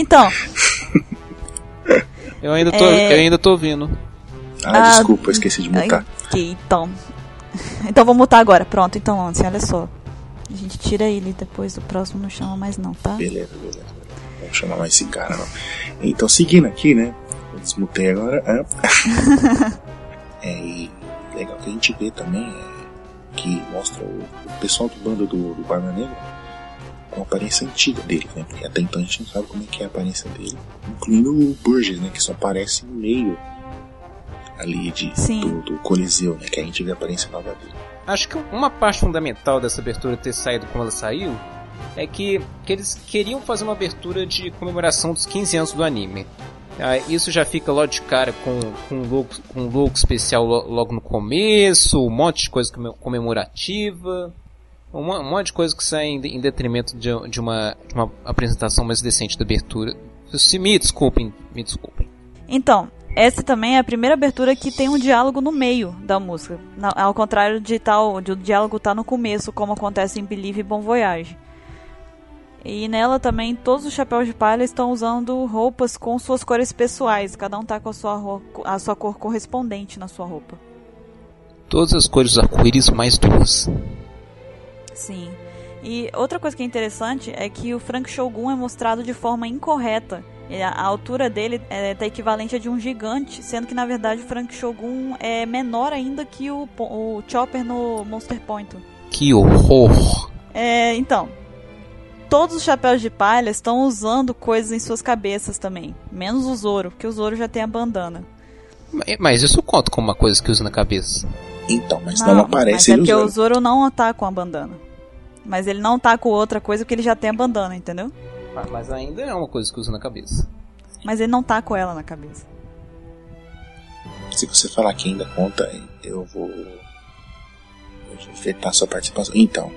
Eu ainda tô ouvindo. Desculpa, eu esqueci de mutar. Ok, então vou mutar agora. Pronto, então, Lance, olha só. A gente tira ele depois do próximo, não chama mais não, tá? Beleza. Não vou chamar mais esse cara, não. Então, seguindo aqui, né? Eu desmutei agora. E legal que a gente vê também que mostra o pessoal do bando do Barba Negra com a aparência antiga dele, né? Porque até então a gente não sabe como é que é a aparência dele, incluindo o Burgess, né? Que só aparece no meio ali do Coliseu, né? Que a gente vê a aparência nova dele. Acho que uma parte fundamental dessa abertura ter saído como ela saiu é que eles queriam fazer uma abertura de comemoração dos 15 anos do anime. Isso já fica logo de cara com um logo especial logo no começo, um monte de coisa comemorativa, um monte de coisa que sai em detrimento de uma apresentação mais decente da abertura. Me desculpem. Então, essa também é a primeira abertura que tem um diálogo no meio da música, ao contrário de o diálogo tá no começo, como acontece em Believe e Bon Voyage. E nela também todos os chapéus de palha estão usando roupas com suas cores pessoais. Cada um tá com a sua cor correspondente na sua roupa. Todas as cores do arco-íris mais duas. Sim. E outra coisa que é interessante é que o Frank Shogun é mostrado de forma incorreta. A altura dele tá equivalente a de um gigante, sendo que na verdade o Frank Shogun é menor ainda que o Chopper no Monster Point. Que horror! Então... Todos os chapéus de palha estão usando coisas em suas cabeças também. Menos o Zoro, porque o Zoro já tem a bandana. Mas isso conta como uma coisa que usa na cabeça. Então, mas não aparece ele usando. Mas é porque o Zoro não tá com a bandana. Mas ele não tá com outra coisa porque ele já tem a bandana, entendeu? Mas ainda é uma coisa que usa na cabeça. Mas ele não tá com ela na cabeça. Se você falar que ainda conta, eu vou afetar sua participação. Então...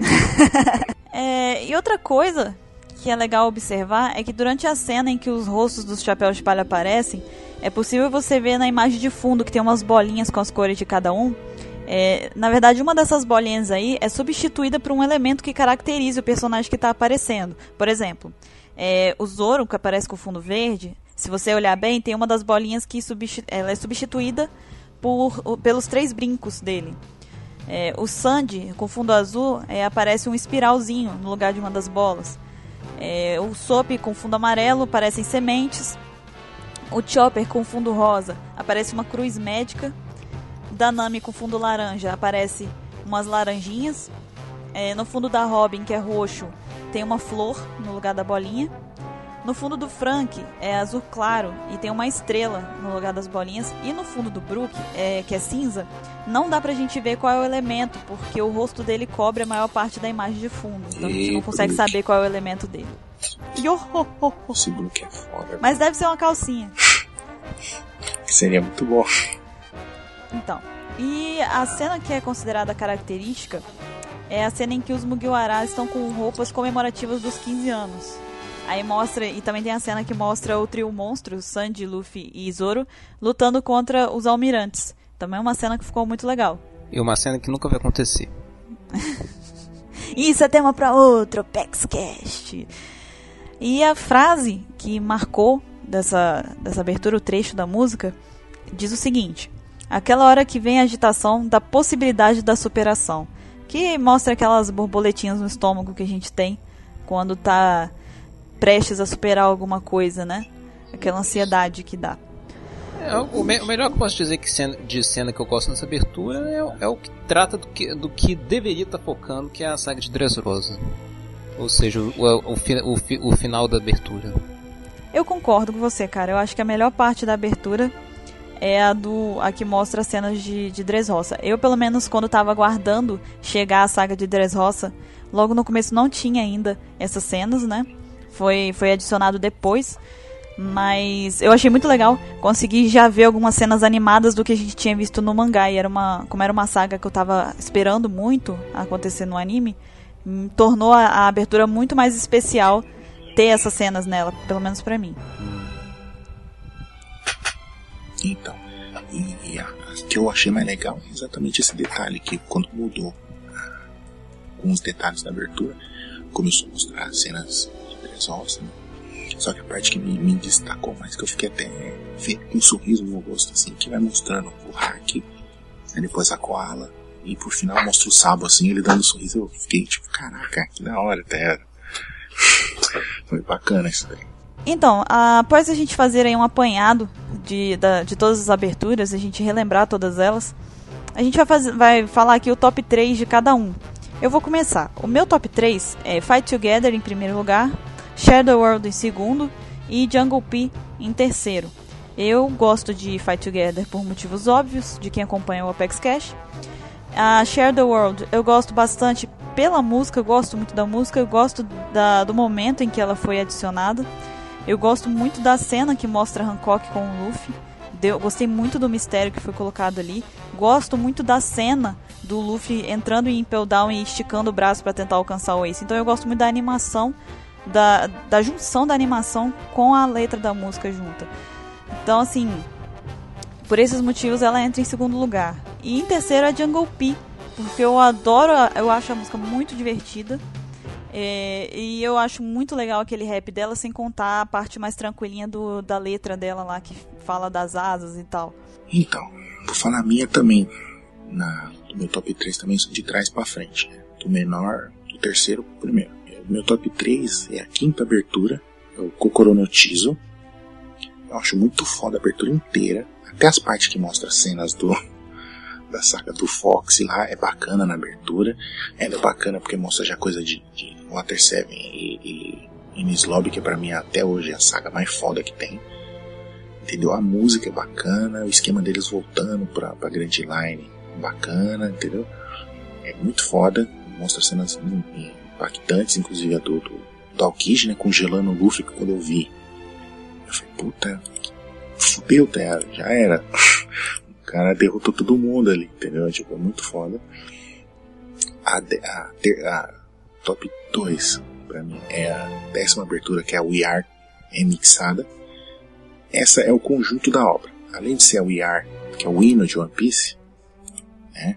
E outra coisa que é legal observar é que durante a cena em que os rostos dos chapéus de palha aparecem, é possível você ver na imagem de fundo que tem umas bolinhas com as cores de cada um. Na verdade, uma dessas bolinhas aí é substituída por um elemento que caracteriza o personagem que está aparecendo. Por exemplo, o Zoro, que aparece com o fundo verde, se você olhar bem, tem uma das bolinhas que ela é substituída pelos 3 brincos dele. O Sandy, com fundo azul, aparece um espiralzinho no lugar de uma das bolas. O Sop, com fundo amarelo, aparecem sementes. O Chopper, com fundo rosa, aparece uma cruz médica. O Danami, com fundo laranja, aparece umas laranjinhas. No fundo da Robin, que é roxo, tem uma flor no lugar da bolinha. No fundo do Frank é azul claro e tem uma estrela no lugar das bolinhas. E no fundo do Brook, que é cinza, não dá pra gente ver qual é o elemento, porque o rosto dele cobre a maior parte da imagem de fundo. Então a gente não consegue saber qual é o elemento dele. Esse Brook é foda. Mas deve ser uma calcinha. Seria muito bom. Então, e a cena que é considerada característica é a cena em que os Mugiwara estão com roupas comemorativas dos 15 anos. Aí mostra, e também tem a cena que mostra o trio monstro, Sandy, Luffy e Zoro, lutando contra os almirantes. Também é uma cena que ficou muito legal. E uma cena que nunca vai acontecer. Isso é tema para outro ApexCast. E a frase que marcou dessa abertura, o trecho da música, diz o seguinte: aquela hora que vem a agitação da possibilidade da superação. Que mostra aquelas borboletinhas no estômago que a gente tem quando tá prestes a superar alguma coisa, né? Aquela ansiedade que dá. O melhor que eu posso dizer de cena que eu gosto nessa abertura é o que trata do que deveria estar focando, que é a saga de Dressrosa. Ou seja, o final da abertura. Eu concordo com você, cara. Eu acho que a melhor parte da abertura é a que mostra as cenas de Dressrosa. Eu, pelo menos, quando estava aguardando chegar a saga de Dressrosa, logo no começo não tinha ainda essas cenas, né? Foi adicionado depois. Mas eu achei muito legal. Consegui já ver algumas cenas animadas do que a gente tinha visto no mangá. E como era uma saga que eu estava esperando muito acontecer no anime, tornou a abertura muito mais especial ter essas cenas nela, pelo menos pra mim. Então, e a que eu achei mais legal é exatamente esse detalhe, que quando mudou alguns detalhes da abertura, começou a mostrar cenas de Dressrosa, né? Só que a parte que me destacou mais, que eu fiquei até com um sorriso no rosto, assim, que vai mostrando o Haki, aí depois a Koala, e por final mostra o Sabo, assim, ele dando um sorriso. Eu fiquei tipo, caraca, que da hora até. Foi bacana isso daí. Então, após a gente fazer aí um apanhado de todas as aberturas, a gente relembrar todas elas, a gente vai falar aqui o top 3 de cada um. Eu vou começar. O meu top 3 é Fight Together em primeiro lugar, Share the World em segundo e Jungle P em terceiro. Eu gosto de Fight Together por motivos óbvios, de quem acompanha o Apex Cash. A Share the World eu gosto bastante pela música, eu gosto muito da música, eu gosto do momento em que ela foi adicionada. Eu gosto muito da cena que mostra Hancock com o Luffy. Gostei muito do mistério que foi colocado ali. Gosto muito da cena do Luffy entrando em Impel Down e esticando o braço para tentar alcançar o Ace. Então eu gosto muito da animação, da junção da animação com a letra da música junta. Então, assim, por esses motivos ela entra em segundo lugar. E em terceiro é Jungle P, porque eu acho a música muito divertida. E eu acho muito legal aquele rap dela, sem contar a parte mais tranquilinha da letra dela lá, que fala das asas e tal. Então, vou falar a minha também. Do meu top 3 também, de trás pra frente, né? Do menor, do terceiro pro primeiro. O meu top 3 é a quinta abertura, é o Kokoro no Chizo. Eu acho muito foda a abertura inteira, até as partes que mostram as cenas da saga do Fox lá, é bacana na abertura. Ela é bacana porque mostra já coisa de Water 7 e Enies Lobby, que pra mim até hoje é a saga mais foda que tem. Entendeu? A música é bacana, o esquema deles voltando pra Grand Line, bacana, entendeu? É muito foda, mostra cenas impactantes, inclusive a do Aokiji, né, congelando o Luffy, que quando eu vi, eu falei, puta, fudeu, já era. O cara derrotou todo mundo ali, entendeu? Tipo, é muito foda. A top 2 pra mim é a 10ª abertura, que é a We Are remixada. Essa é o conjunto da obra. Além de ser a We Are, que é o hino de One Piece, né?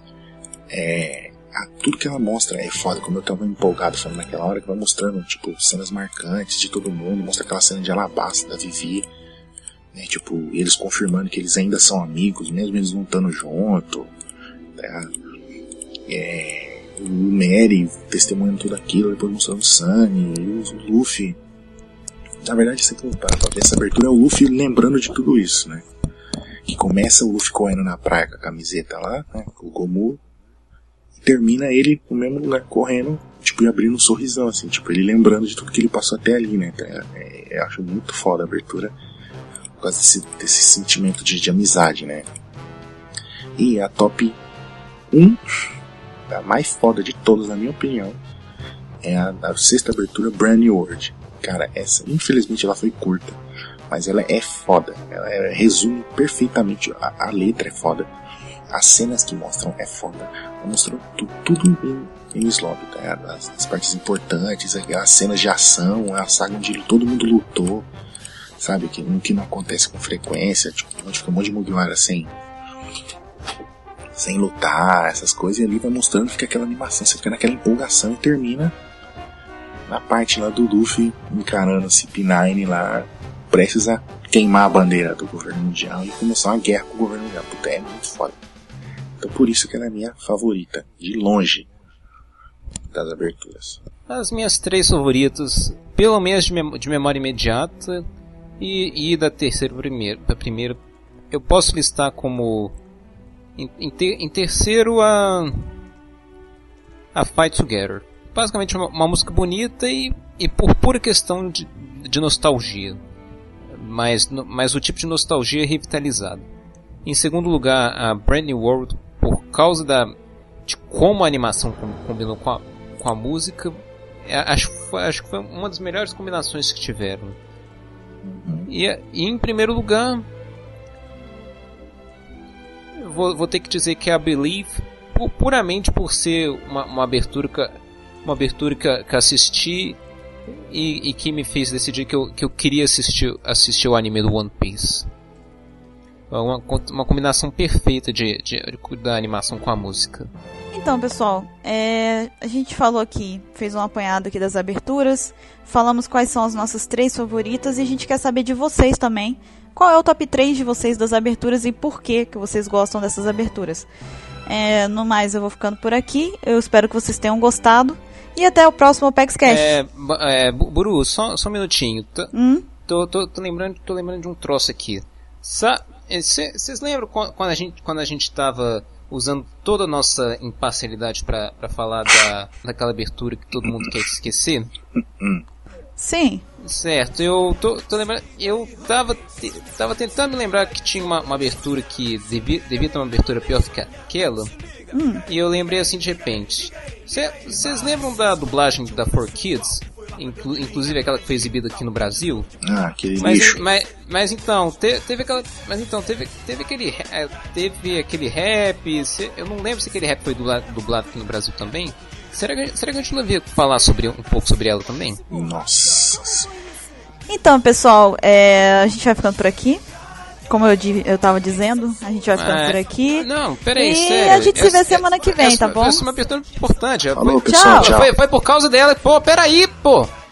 Tudo que ela mostra é foda. Como eu tava empolgado falando naquela hora, que vai mostrando tipo cenas marcantes de todo mundo. Mostra aquela cena de Alabasta da Vivi, né? Tipo, eles confirmando que eles ainda são amigos, mesmo eles não estando junto, né? O Mary testemunhando tudo aquilo, depois mostrando o Sunny e o Luffy. Na verdade, essa abertura é o Luffy lembrando de tudo isso, né? Que começa o Luffy correndo na praia com a camiseta lá, né? Com o Gomu. E termina ele no mesmo lugar, correndo, tipo, e abrindo um sorrisão, assim, tipo, ele lembrando de tudo que ele passou até ali, né? Eu acho muito foda a abertura, por causa desse sentimento de amizade, né? E a top 1, a mais foda de todas, na minha opinião, é a 6ª abertura, Brand New World. Cara, essa, infelizmente, ela foi curta, mas ela é foda. Ela resume perfeitamente. A letra é foda. As cenas que mostram é foda. Ela mostrou tudo em Slob, tá? As partes importantes, as cenas de ação, a saga onde todo mundo lutou, sabe? Que não acontece com frequência. Tipo, onde fica um monte de Mugiwara sem lutar, essas coisas. E ali vai mostrando, fica aquela animação, você fica naquela empolgação e termina na parte lá do Luffy encarando o CP9 lá, prestes a queimar a bandeira do governo mundial e começar uma guerra com o governo mundial. Puta, é muito foda. Então por isso que ela é a minha favorita, de longe, das aberturas. As minhas 3 favoritas, pelo menos de memória imediata, e da terceira pra primeira eu posso listar como em terceiro a Fight Together. Basicamente uma música bonita e por pura questão de nostalgia, mas o tipo de nostalgia revitalizado. Em segundo lugar, a Brand New World, por causa de como a animação combinou com a música. Acho que foi uma das melhores combinações que tiveram. E em primeiro lugar, vou ter que dizer que a Believe, puramente por ser uma abertura que assisti e que me fez decidir que eu queria assistir o anime do One Piece. Uma combinação perfeita da animação com a música. Então, pessoal, a gente falou aqui, fez um apanhado aqui das aberturas, falamos quais são as nossas 3 favoritas e a gente quer saber de vocês também. Qual é o top 3 de vocês das aberturas e por que vocês gostam dessas aberturas? No mais, eu vou ficando por aqui. Eu espero que vocês tenham gostado. E até o próximo OpexCast. Buru, só um minutinho. Tô lembrando de um troço aqui. Vocês lembram quando a gente tava usando toda a nossa imparcialidade pra falar daquela abertura que todo mundo quer esquecer? Sim. Certo, eu tô lembrando. Eu tava tentando me lembrar que tinha uma abertura que devia ter uma abertura pior que aquela. E eu lembrei assim de repente. Vocês lembram da dublagem da 4Kids? Inclusive aquela que foi exibida aqui no Brasil? Aquele lixo. Mas então, teve aquele rap. Eu não lembro se aquele rap foi dublado aqui no Brasil também. Será que a gente não devia falar um pouco sobre ela também? Nossa. Então, pessoal, a gente vai ficando por aqui. Como eu tava dizendo, a gente vai ficando por aqui. Não, peraí, sério. E a gente se vê semana que vem, tá bom? Essa é uma abertura importante. Falou, pessoal, tchau. Foi por causa dela. Pô, peraí, pô.